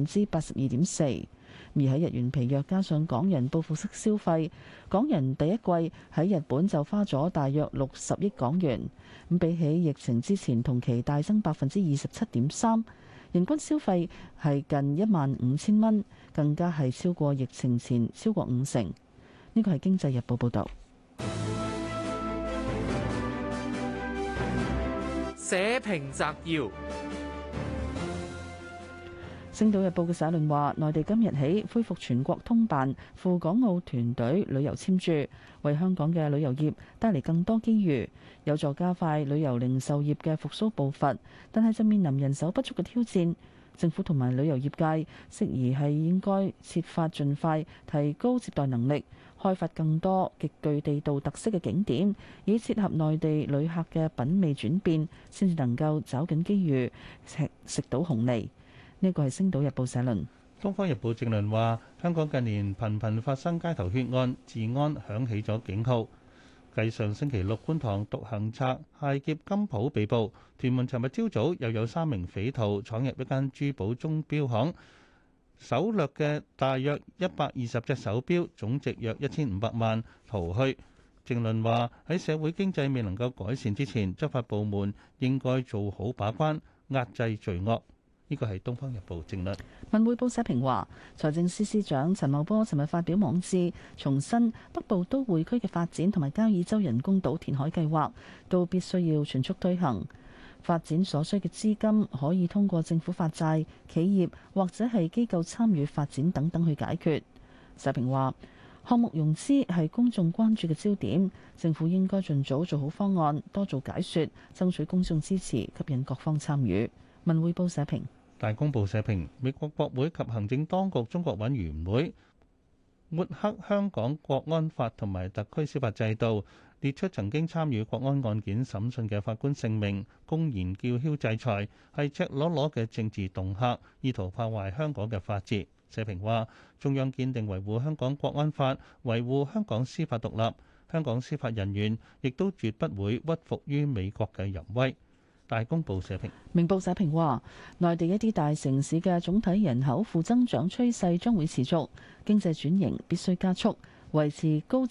82.4%。而喺日元疲弱加上港人報復式消費，港人第一季喺日本就花咗大約60億港元，咁比起疫情之前同期大增27.3%。人均消費係近15,000蚊，更加係超過疫情前超過50%。呢個係《經濟日報》報導。 社評摘要。 《星島日報》嘅社論話，內地今日起恢復全國通辦赴港澳團隊旅遊簽注，為香港嘅旅遊業帶嚟更多機遇，有助加快旅遊零售業嘅復甦步伐。但係就面臨人手不足嘅挑戰，政府同埋旅遊業界適宜係應該設法盡快提高接待能力，開發更多極具地道特色嘅景點，以切合內地旅客嘅品味轉變，先至能夠找緊機遇，食到紅利。呢個係《星島日報》社論。《 東方日報》正論話：香港近年頻頻發生街頭血案，治安響起咗警號。繼上星期六觀塘獨行賊械劫金鋪被捕，屯門尋日朝早又有3名匪徒闖入一間珠寶鐘錶行，搜掠嘅大約120隻手錶，總值約1500萬，逃去。正論話：喺社會經濟未能夠改善之前，執法部門應該做好把關，壓制罪惡。呢個係《東方日報》正論。 文匯報社評話，財政司司長陳茂波尋日發表網誌，重申北部都會區嘅發展同埋交椅洲人工島填海計劃都必須要全速推行。發展所需嘅資金可以通過政府發債、企業或者係機構參與發展等等去解決。社評話，項目融資係公眾關注嘅焦點，政府應該盡早做好方案，多做解說，爭取公眾支持，吸引各方參與。文匯報社評。 大公報社評，美國國會及行政當局中國委員會抹黑香港國安法同埋特區司法制度，列出曾經參與國安案件審訊嘅法官姓名，公然叫囂制裁，係赤裸裸嘅政治恫嚇，意圖破壞香港嘅法治。社評話，中央堅定維護香港國安法，維護香港司法獨立，香港司法人員亦都絕不會屈服於美國嘅淫威。 大公報社評。 明報社評話，內地一啲大城市嘅總體人口負增長趨勢將會持續，經濟轉型必須加速，維持高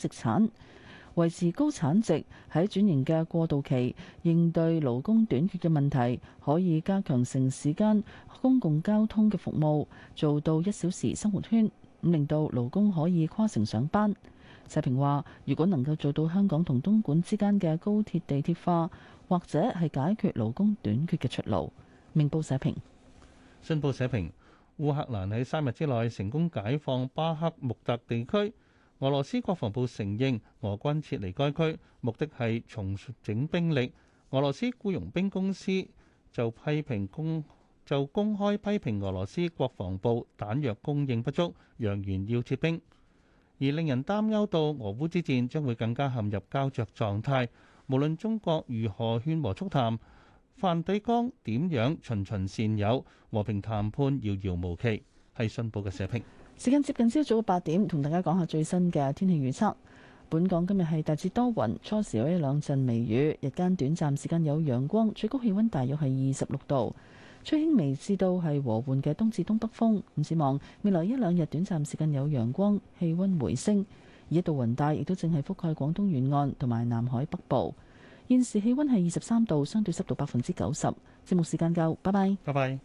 產值。喺轉型嘅過渡期，應對勞工短缺嘅問題，可以加強城市間公共交通嘅服務，做到1小時生活圈，咁令到勞工可以跨城上班。社評話，如果能夠做到香港同東莞之間嘅高鐵地鐵化，或者係解決勞工短缺嘅出路。明報社評。 信報社評，烏克蘭喺3日之內成功解放巴克穆特地區。俄羅斯國防部承認俄軍撤離該區，目的係重整兵力。俄羅斯僱傭兵公司就公開批評俄羅斯國防部彈藥供應不足，揚言要撤兵。而令人擔憂到俄烏之戰將會更加陷入膠着狀態。無論中國如何勸和促談，梵蒂岡點樣循循善誘，和平談判遙遙無期。係信報嘅社評。 時間接近朝早嘅8點，同大家講下最新嘅天氣預測。本港今日係大致多雲，初時有1兩陣微雨，日間短暫時間有陽光，最高氣溫大約係26度，吹輕微至到係和緩嘅東至東北風。唔指望未來1兩日短暫時間有陽光，氣溫回升。而一道雲帶亦都正係覆蓋廣東沿岸同埋南海北部。現時氣溫係23度，相對濕度90%。節目時間夠，拜拜。 拜拜。